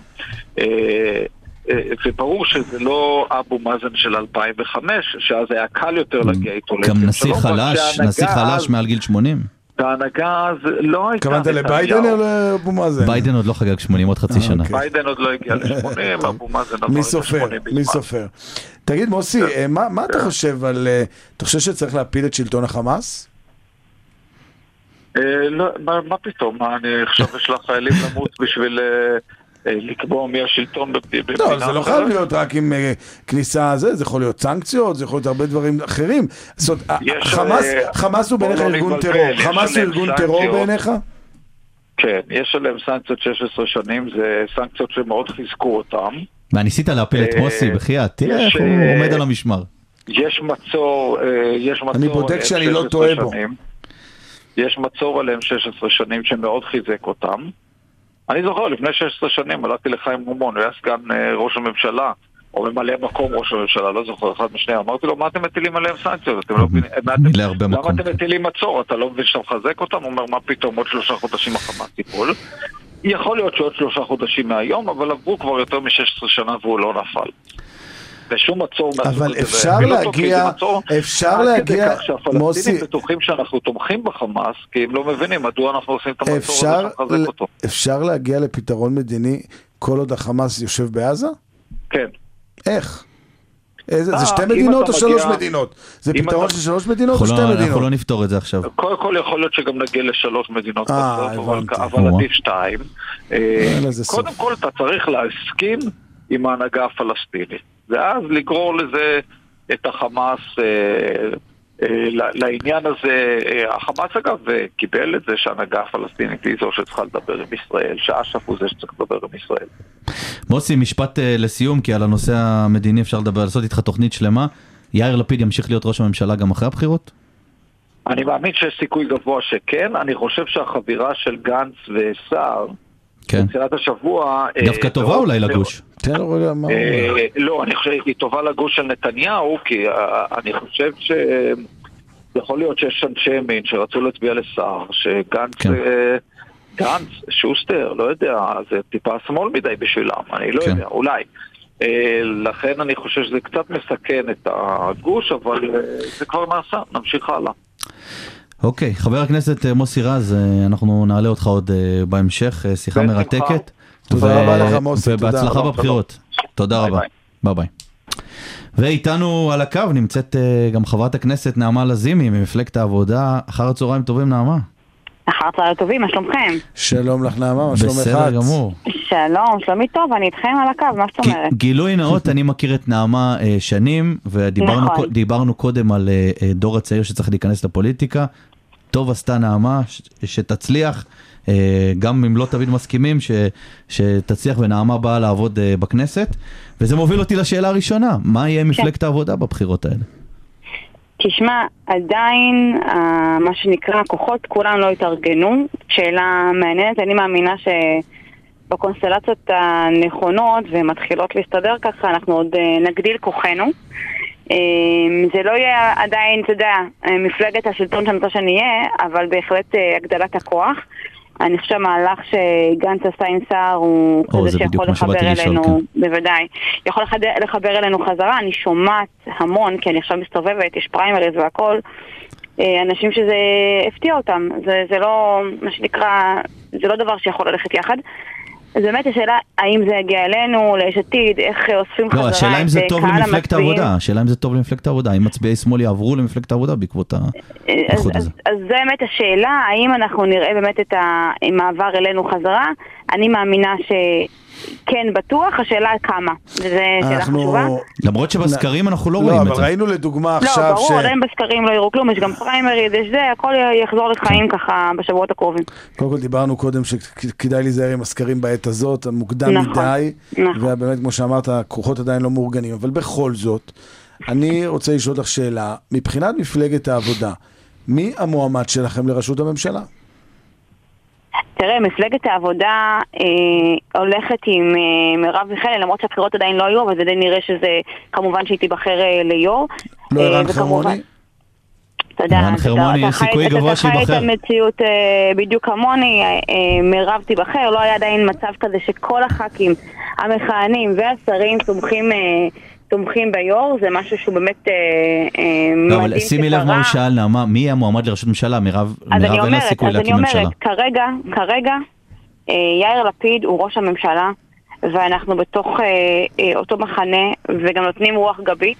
וברור שזה לא אבו מאזן של 2005, שאז היה קל יותר להגיע איתו. גם נשיא חלש מעל גיל 80. ההנהגה אז לא הייתה... כמנת לביידן או לאבו מאזן? ביידן עוד לא חגג 80, עוד חצי שנה. ביידן עוד לא הגיע ל-80, אבו מאזן עבר ל-80. מי סופר? תגיד מוסי, מה אתה חושב על... אתה חושב שצריך להפיל את שלטון החמאס? לא, מה פתאום? אני חושב יש לך חיילים למות בשביל לקבוע מי השלטון במדינה. לא, זה לא חייב להיות רק עם כניסה, זה יכול להיות סנקציות, זה יכול להיות הרבה דברים אחרים. זאת אומרת, חמאס הוא בעיניך ארגון טרור. חמאס הוא ארגון טרור בעיניך? כן, יש עליהם סנקציות 16 שנים, זה סנקציות שמאוד חיזקו אותם. וניסית להפיל את מוסי בחייאת, תראה איך הוא עומד על המשמר. יש מצור, אני בודק שאני לא טועה בו. יש מצור עליהם 16 שנים שמאוד חיזק אותם. אני זוכר, לפני 16 שנים הלכתי לחיים מומון, הוא היה סגן ראש הממשלה, או ממלא מקום ראש הממשלה, לא זוכר, אחד משני, אמרתי לו, מה אתם מטילים עליהם סנקציות? למה אתם מטילים מצור? אתה לא מבין שאתה מחזק אותם? הוא אומר, מה פתאום עוד 3 חודשים החמאס טיפול? יכול להיות שעוד 3 חודשים מהיום, אבל עברו כבר יותר מ-16 שנה והוא לא נפל. ושום מצור... אבל אפשר להגיע, שהפלסטינים בטוחים שאנחנו תומכים בחמאס, כי הם לא מבינים מדוע אנחנו עושים את המצור הזה שנחזק אותו. אפשר להגיע לפתרון מדיני כל עוד החמאס יושב בעזה? כן. איך? זה 2 מדינות או 3 מדינות? זה פתרון של 3 מדינות או 2 מדינות? אנחנו לא נפתור את זה עכשיו. קודם כל יכול להיות שגם נגיע ל3 מדינות, אבל עדיף 2. קודם כל אתה צריך להסכים עם ההנהגה הפלסטינית. ואז לגרור לזה את החמאס לעניין הזה. החמאס אגב קיבל את זה שההנהגה הפלסטינית היא זו שצריכה לדבר עם ישראל, שאש"ף הוא זה שצריך לדבר עם ישראל. מוסי, משפט לסיום, כי על הנושא המדיני אפשר לדבר, לעשות איתך תוכנית שלמה. יאיר לפיד ימשיך להיות ראש הממשלה גם אחרי הבחירות? אני מאמין שיש סיכוי גבוה שכן. אני חושב שהחבירה של גנץ וסער בתחילת השבוע דווקא טובה אולי לגוש. לא, אני חושב שהיא טובה לגוש של נתניהו, כי אני חושב שיכול להיות שיש אנשי ימין שרצו להצביע לסער, שגנץ שוסטר, לא יודע, זה טיפה שמאל מדי בשבילם, אני לא יודע, אולי. לכן אני חושב שזה קצת מסכן את הגוש, אבל זה כבר נעשה, נמשיך הלאה. אוקיי, חבר הכנסת מוסי רז, אנחנו נעלה אותך עוד בהמשך, שיחה מרתקת. תודה רבה לך מוסי, ובהצלחה בבחירות. תודה רבה. ביי ביי. ואיתנו על הקו נמצאת גם חברת הכנסת נעמה לזימי ממפלגת העבודה. אחר הצהריים טובים, נעמה. אחר הצהריים טובים, מה שלומכם? שלום לך נעמה, מה שלומך? בסדר גמור. שלום, שלומי טוב, אני איתכם על הקו, מה זאת אומרת? גילוי נאות, אני מכיר את נעמה שנים, ודיברנו קודם על דור הצעיר שצריך להיכנס לפוליטיקה. טוב עשתה נעמה, שתצליח, גם אם לא תמיד מסכימים, שתצליח, ונעמה באה לעבוד בכנסת. וזה מוביל אותי לשאלה הראשונה, מה יהיה מפלגת העבודה בבחירות האלה? תשמע, עדיין מה שנקרא הכוחות כולם לא התארגנו. שאלה מעניינת, אני מאמינה שבקונסטלציות הנכונות ומתחילות להסתדר ככה, אנחנו עוד נגדיל כוחנו. זה לא יהיה עדיין, אתה יודע, מפלגת השלטון שאני רוצה שנהיה, אבל בהחלט הגדלת הכוח. אני חושב שהמהלך שגנץ עשה עם סער הוא כזה שיכול לחבר אלינו, בוודאי, יכול לחבר אלינו חזרה. אני שומעת המון, כי אני עכשיו מסתובבת, יש פריימריז והכל, אנשים שזה הפתיע אותם. זה לא, מה שנקרא, זה לא דבר שיכול ללכת יחד. אז באמת השאלה, האם זה יגיע אלינו, ליש עתיד, איך אוספים חזרה את קהל המצביעים? השאלה אם זה טוב למפלגת העבודה, השאלה אם זה טוב למפלגת העבודה, האם מצביעי שמאל יעברו למפלגת העבודה בעקבות האיחוד הזה. אז זה באמת השאלה, האם אנחנו נראה באמת את המעבר אלינו חזרה? אני מאמינה שכן בטוח, השאלה כמה, וזו שאלה חשובה. למרות שבסקרים אנחנו לא רואים את זה. לא, אבל ראינו לדוגמה עכשיו לא, ברור, עדיין בסקרים לא יראו כלום, יש גם פריימריז, יש זה, הכל יחזור לחיים ככה בשבועות הקרובים. קודם כל דיברנו קודם שכדאי להיזהר עם הסקרים בעת הזאת, המוקדם מדי, ובאמת כמו שאמרת, הכוחות עדיין לא מאורגנים, אבל בכל זאת, אני רוצה לשאול לך שאלה, מבחינת מפלגת העבודה, מי המועמד שלכם לראשות הממשלה? תראה, מפלגת העבודה הולכת עם מרב מיכאלי, למרות שהבחירות עדיין לא היו, אבל זה די נראה שזה, כמובן שהיא תיבחר ליו"ר. לא ערן חרמוני? אתה יודע, ערן חרמוני, סיכוי גבוה שיבחר. אתה חי את המציאות בדיוק כמוני, מרב תיבחר, לא היה עדיין מצב כזה שכל הח"כים המכהנים והשרים תומכים ביו"ר, זה משהו שהוא באמת מדהים שקרה. אבל שימי לב מה הוא שאל, נעמה, מי המועמד לראשות ממשלה? מרב אין לה סיכוי להקים ממשלה. אז אני אומרת, כרגע, יאיר לפיד הוא ראש הממשלה, ואנחנו בתוך אותו מחנה, וגם נותנים רוח גבית.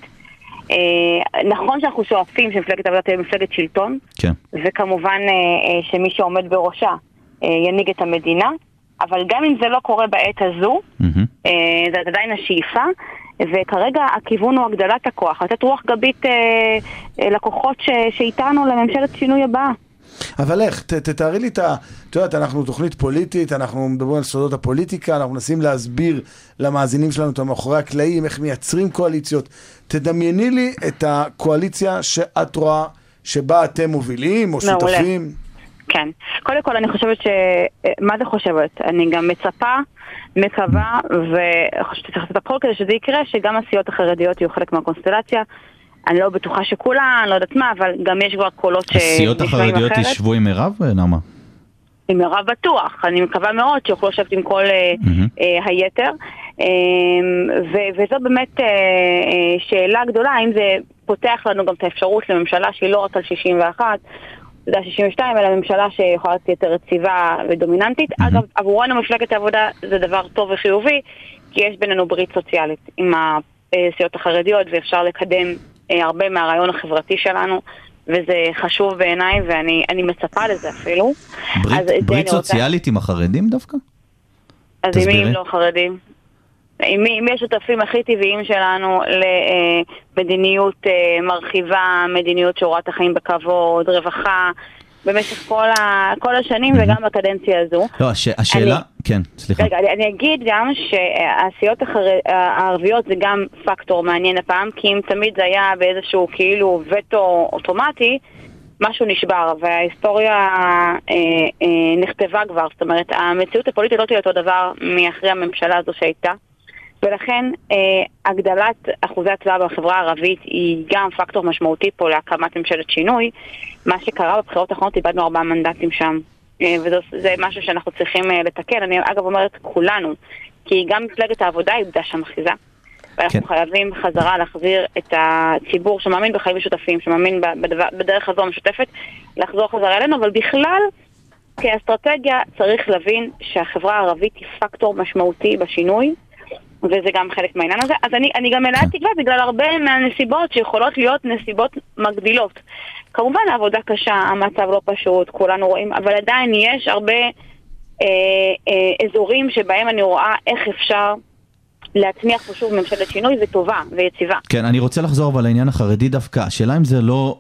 נכון שאנחנו שואפים שמפלגת העבודה תהיה מפלגת שלטון, וכמובן שמי שעומד בראשה ינהיג את המדינה, אבל גם אם זה לא קורה בעת הזו, זה עדיין השאיפה, וכרגע הכיוון הוא הגדלת הכוח, לתת רוח גבית לכוחות שאיתנו לממשלת שינוי הבאה. אבל איך? תתארי לי את יודעת, אנחנו תוכנית פוליטית, אנחנו מדברים על סודות הפוליטיקה, אנחנו מנסים להסביר למאזינים שלנו את מאחורי הקלעים, איך מייצרים קואליציות. תדמייני לי את הקואליציה שאת רואה, שבה אתם מובילים או שותפים. כן. קודם כל אני חושבת מה זה חושבת? אני גם מצפה, מקווה, וחושבת שצריך לעשות הכל כדי שזה יקרה, שגם הסיעות החרדיות יהיו חלק מהקונסטלציה. אני לא בטוחה שכולה, אני לא יודעת מה, אבל גם יש כבר קולות הסיעות החרדיות ישבו עם מירב, נעמה? עם מירב בטוח, אני מקווה מאוד שיוכלו לשבת עם כל היתר, וזו באמת שאלה גדולה, האם זה פותח לנו גם את האפשרות לממשלה שהיא לא רק על 61, 62, אלא ממשלה שיכולה להיות יותר רציבה ודומיננטית. אגב, עבורנו מפלגת העבודה זה דבר טוב וחיובי, כי יש בינינו ברית סוציאלית עם הסיעות החרדיות, ואפשר לקדם הרבה מהרעיון החברתי שלנו, וזה חשוב בעיניי, ואני מצפה לזה אפילו. ברית סוציאלית עם החרדים דווקא? אז עם מי אם לא חרדים? מי השותפים הכי טבעיים שלנו למדיניות מרחיבה, מדיניות שורת החיים בכבוד, רווחה, במשך כל השנים וגם בקדנציה הזו. לא, השאלה, כן, סליחה. רגע, אני אגיד גם שהסיעות הערביות זה גם פקטור מעניין הפעם, כי אם תמיד זה היה באיזשהו כאילו וטו אוטומטי, משהו נשבר, וההיסטוריה נכתבה כבר, זאת אומרת, המציאות הפוליטית לא תהיה אותו דבר מאחרי הממשלה הזו שהייתה, ולכן הגדלת אחוזי הצבעה בחברה הערבית היא גם פקטור משמעותי פה להקמת ממשלת שינוי. מה שקרה בבחירות האחרונות, איבדנו 4 מנדטים שם, וזה משהו שאנחנו צריכים לתקן. אני אגב אומרת כולנו, כי גם מפלגת העבודה איבדה שם אחיזה, ואנחנו חייבים חזרה להחזיר את הציבור שמאמין בחיים משותפים, שמאמין בדרך הזו המשותפת, לחזור חזרה אלינו, אבל בכלל כאסטרטגיה צריך להבין שהחברה הערבית היא פקטור משמעותי בשינוי, וזה גם חלק מהעניין הזה. אז אני גם מלאה תקווה בגלל הרבה מהנסיבות שיכולות להיות נסיבות מגדילות. כמובן העבודה קשה, המצב לא פשוט, כולנו רואים, אבל עדיין יש הרבה אזורים שבהם אני רואה איך אפשר להצמיח פה שוב ממשלת שינוי וטובה ויציבה. כן, אני רוצה לחזור אבל לעניין החרדי דווקא. השאלה אם זה לא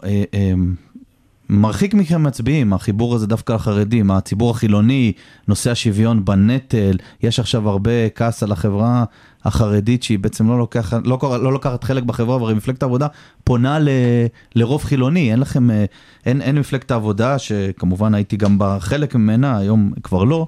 מרחיק מכם מצביעים, החיבור הזה דווקא לחרדים, הציבור החילוני, נושא השוויון בנטל, יש עכשיו הרבה כעס על החברה החרדית שהיא בעצם לא לוקחת חלק בחברה, אבל מפלגת העבודה פונה לרוב חילוני, אין לכם, אין מפלגת העבודה, שכמובן הייתי גם בחלק ממנה, היום כבר לא,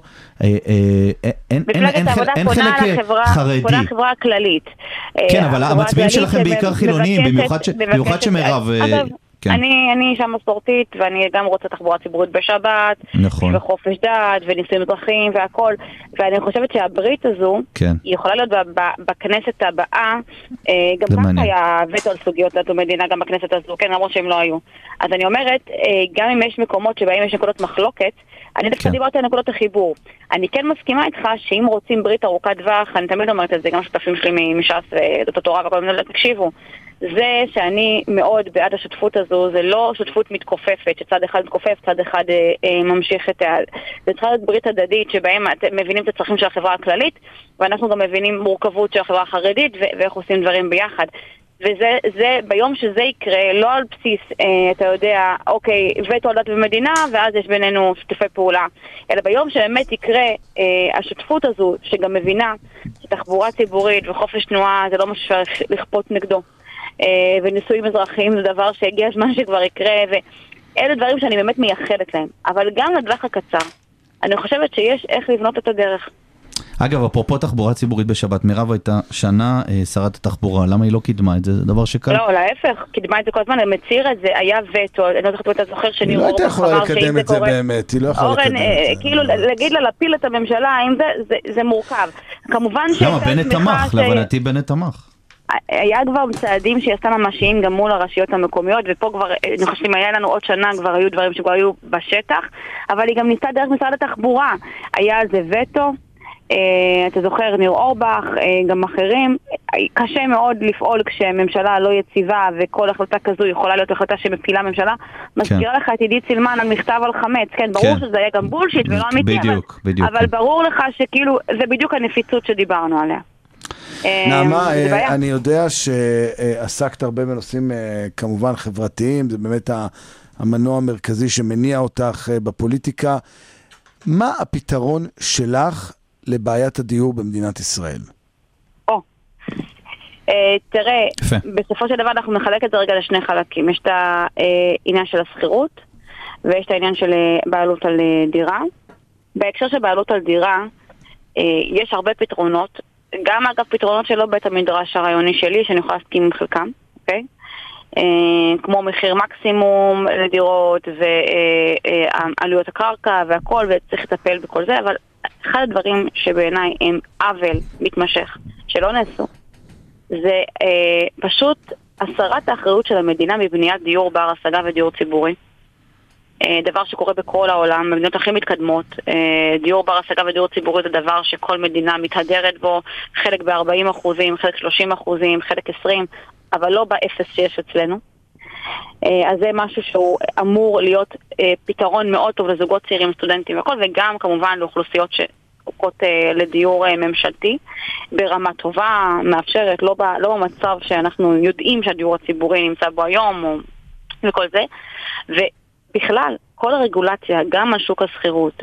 אין חלק חרדי. פונה לחברה הכללית. כן, אבל המצביעים שלכם בעיקר חילוניים, במיוחד שמרב... אני אישה מסורתית, ואני גם רוצה תחבורה ציבורית בשבת, נכון. וחופש דת, ונישואים אזרחיים והכל, ואני חושבת שהברית הזו, כן. היא יכולה להיות בכנסת הבאה, גם ככה היה וטו על סוגיות דת ומדינה גם בכנסת הזו, כן, למרות שהם לא היו. אז אני אומרת, גם אם יש מקומות שבהם יש נקודות מחלוקת, אני דווקא דיברתי על נקודות החיבור. אני כן מסכימה איתך שאם רוצים ברית ארוכת טווח, אני תמיד אומרת את זה, גם שותפים שלי מש"ס ודות התורה וכל מיני, תקשיבו. זה שאני מאוד בעד השותפות הזו, זה לא שותפות מתכופפת, שצד אחד מתכופף, צד אחד ממשיך את זה צריכה להיות ברית הדדית, שבהם אתם מבינים את הצרכים של החברה הכללית, ואנחנו גם מבינים מורכבות של החברה החרדית, ואיך עושים דברים ביחד. וזה, ביום שזה יקרה, לא על בסיס, אתה יודע, אוקיי, וטו על דת ומדינה, ואז יש בינינו שותפי פעולה, אלא ביום שבאמת יקרה השותפות הזו, שגם מבינה שתחבורה ציבורית וחופש תנועה, זה לא משהו שאפשר לכפות נגדו. ונישואים אזרחיים זה דבר שהגיע הזמן שכבר יקרה, ואלה דברים שאני באמת מייחדת להם. אבל גם לטווח הקצר, אני חושבת שיש איך לבנות את הדרך. אגב, אפרופו תחבורה ציבורית בשבת, מירב הייתה שנה שרת התחבורה, למה היא לא קידמה את זה? זה דבר שקל? לא, להפך, קידמה את זה כל הזמן, היא מצהירה את זה, היה וטו, אני לא זוכרת אם אתה זוכר שניר אורבך אמר לקדם את זה באמת, היא לא יכולה לקדם את זה. כאילו, להגיד לה להפיל את הממשלה, האם זה מורכב. כמובן למה, בנט תמך, להבנתי בנט תמך. היה כבר צעדים שיעשתה ממשיים גם מול הרשויות המקומיות, ופה כבר, אני חושבת, היה לנו עוד שנה, כבר היו דברים שכבר היו בשטח, אבל היא גם ניסתה דרך משרד התחבורה. היה על זה וטו, אתה זוכר, ניר אורבך, גם אחרים, קשה מאוד לפעול כשממשלה לא יציבה, וכל החלטה כזו יכולה להיות החלטה שמפילה ממשלה. מזכירה לך את עידית סילמן על מכתב על חמץ, כן, ברור שזה היה גם בולשיט ולא אמיתי, אבל ברור לך שכאילו זה בדיוק הנפיצות שדיברנו עליה. נעמה, אני יודע שעסקת הרבה בנושאים כמובן חברתיים, זה באמת המנוע המרכזי שמניע אותך בפוליטיקה. מה הפתרון שלך לבעיית הדיור במדינת ישראל? תראה, בסופו של דבר אנחנו נחלק את זה רגע לשני חלקים. יש את העניין של הסחירות, ויש את העניין של בעלות על דירה. בהקשר של בעלות על דירה, יש הרבה פתרונות, גם אגב פתרונות שלא בית המדרש הרעיוני שלי, שאני יכולה להסכים עם חלקם, אוקיי? כמו מחיר מקסימום לדירות, ועלויות הקרקע והכל, וצריך לטפל בכל זה, אבל אחד הדברים שבעיניי הם עוול מתמשך, שלא נעשו, זה פשוט הסרת האחריות של המדינה מבניית דיור בר השגה ודיור ציבורי. דבר שקורה בכל העולם, במדינות הכי מתקדמות. דיור בר השגה ודיור ציבורי זה דבר שכל מדינה מתהדרת בו, חלק ב-40%, חלק 30%, חלק 20%, אבל לא באפס שיש אצלנו. אז זה משהו שהוא אמור להיות פתרון מאוד טוב לזוגות צעירים, סטודנטים וכל, וגם כמובן לאוכלוסיות שזקוקות לדיור ממשלתי ברמה טובה, מאפשרת, לא במצב שאנחנו יודעים שהדיור הציבורי נמצא בו היום וכל זה. ובכלל, כל הרגולציה, גם על שוק הסחירות,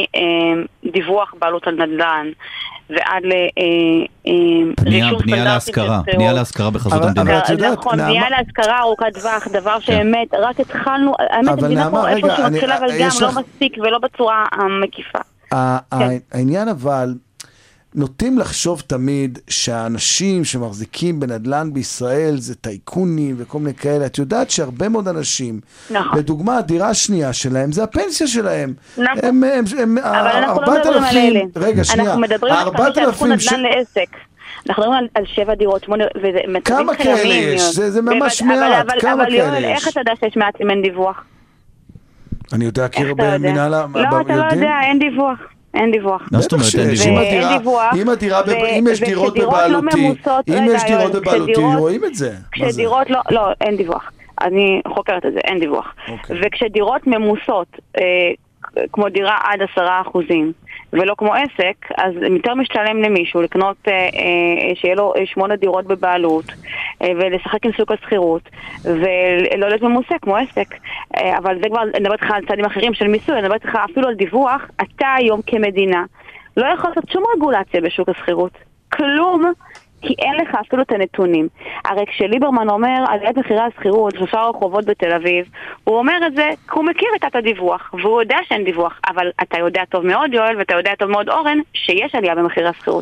מדיווח בעלות על נדל"ן ועד בנייה להשכרה, בנייה להשכרה בחזות המדינה. נכון, בנייה להשכרה ארוכת טווח, דבר שבאמת רק התחלנו, האמת המדינה פה איפה שמתחילה, אבל גם לא מספיק ולא בצורה המקיפה. העניין אבל, נוטים לחשוב תמיד שהאנשים שמחזיקים בנדל"ן בישראל זה טייקונים וכל מיני כאלה. את יודעת שהרבה מאוד אנשים, לדוגמה הדירה השנייה שלהם זה הפנסיה שלהם. נכון. אבל אנחנו לא מדברים על אלה. רגע, שנייה. אנחנו מדברים על שהפכו נדל"ן לעסק. אנחנו מדברים על 7 דירות, 8, וזה מצבים כמה כאלה יש? זה ממש מעט. כמה כאלה יש? איך אתה יודע שיש מעט אם אין דיווח? אני יודע, כאילו במנהל... לא, אתה לא יודע, אין דיווח. אין דיווח. מה זאת אומרת אין דיווח? אם יש דירות בבעלותי, רואים את זה. כשדירות לא, אין דיווח. אני חוקרת את זה, אין דיווח. וכשדירות ממוסות, כמו דירה עד 10%, ולא כמו עסק, אז יותר משתלם למישהו לקנות, שיהיה לו 8 דירות בבעלות, ולשחק עם סוג הסחירות, ולא להיות ממוסה כמו עסק. אבל זה כבר, אני מדברת לך על צעדים אחרים של מיסוי, אני מדברת לך אפילו על דיווח. אתה היום כמדינה לא יכול לעשות שום רגולציה בשוק הסחירות. כלום, כי אין לך אפילו את הנתונים. הרי כשליברמן אומר על עליית מחירי הסחירות, 3 רחובות בתל אביב, הוא אומר את זה כי הוא מכיר את הדיווח, והוא יודע שאין דיווח. אבל אתה יודע טוב מאוד, יואל, ואתה יודע טוב מאוד, אורן, שיש עלייה במחירי הסחירות.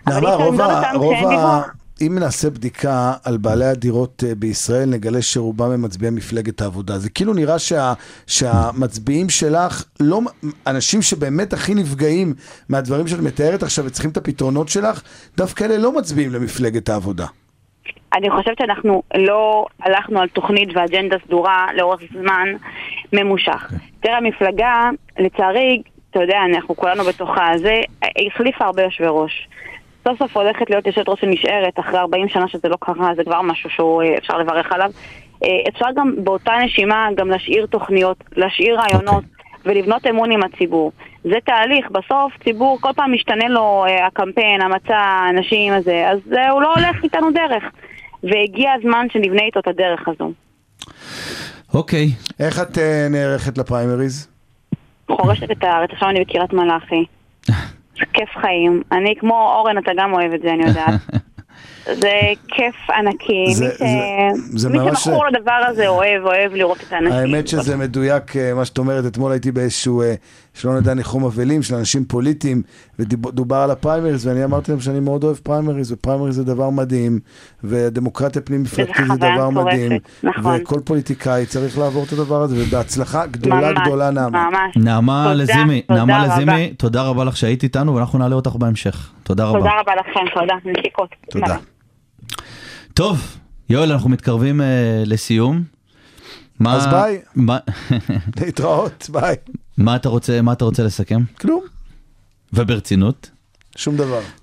אם נעשה בדיקה על בעלי הדירות בישראל, נגלה שרובם הם מצביעי מפלגת העבודה. זה כאילו נראה שהמצביעים שלך, לא, אנשים שבאמת הכי נפגעים מהדברים שאת מתארת עכשיו וצריכים את הפתרונות שלך, דווקא אלה לא מצביעים למפלגת העבודה. אני חושבת שאנחנו לא הלכנו על תוכנית ואג'נדה סדורה לאורך זמן ממושך. תראה, המפלגה, לצערי, אתה יודע, אנחנו כולנו בתוכה, זה החליפה הרבה יושבי ראש. סוף סוף הולכת להיות יושבת ראש שנשארת אחרי 40 שנה שזה לא קרה, זה כבר משהו שאפשר לברך עליו. אפשר גם באותה נשימה גם להשאיר תוכניות, להשאיר רעיונות ולבנות אמון עם הציבור. זה תהליך, בסוף ציבור כל פעם משתנה לו הקמפיין, המצע, האנשים הזה, אז הוא לא הולך איתנו דרך. והגיע הזמן שנבנה איתו את הדרך הזו. אוקיי. איך את נערכת לפריימריז? חורשת את הארץ, עכשיו אני בקריית מלאכי. כיף חיים. אני כמו אורן, אתה גם אוהב את זה, אני יודעת. זה כיף ענקי. מי שמכור לדבר הזה אוהב לראות את האנשים. האמת שזה מדויק, מה שאת אומרת, אתמול הייתי באיזשהו, שלא נדע ניחום אבלים, של אנשים פוליטיים, ודובר על הפריימריז, ואני אמרתי להם שאני מאוד אוהב פריימריז, ופריימריז זה דבר מדהים, ודמוקרטיה פנים מפלגתית זה דבר מדהים, וכל פוליטיקאי צריך לעבור את הדבר הזה, ובהצלחה גדולה נעמה. נעמה לזימי, תודה רבה לך שהיית איתנו, ואנחנו נעלה אותך בהמשך. תודה רבה. תודה רבה לכם, תודה. נשיקות. תודה. טוב, יואל, אנחנו מתקרבים לסיום. אז ביי. להתראות, ביי. מה אתה רוצה לסכם? כלום. וברצינות? שום דבר. טוב,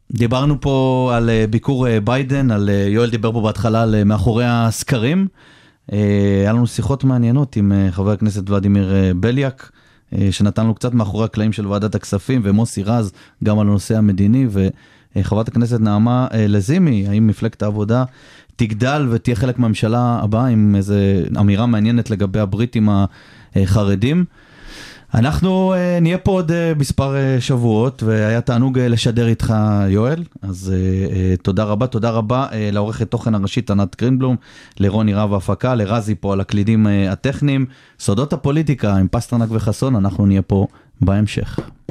דיברנו פה על ביקור ביידן, על יואל דיבר פה בהתחלה על מאחורי הסקרים. היה לנו שיחות מעניינות עם חבר הכנסת ולדימיר בליאק, שנתן לו קצת מאחורי הקלעים של ועדת הכספים, ומוסי רז גם על הנושא המדיני, וחברת הכנסת נעמה לזימי, האם מפלגת העבודה תגדל ותהיה חלק מהממשלה הבאה, עם איזו אמירה מעניינת לגבי הבריטים החרדים. אנחנו נהיה פה עוד מספר שבועות, והיה תענוג לשדר איתך יואל, אז תודה רבה לעורכת תוכן הראשית ענת גרינבלום, לרוני רב ההפקה, לרזי פה על הקלידים הטכניים, סודות הפוליטיקה עם פסטרנק וחסון, אנחנו נהיה פה בהמשך.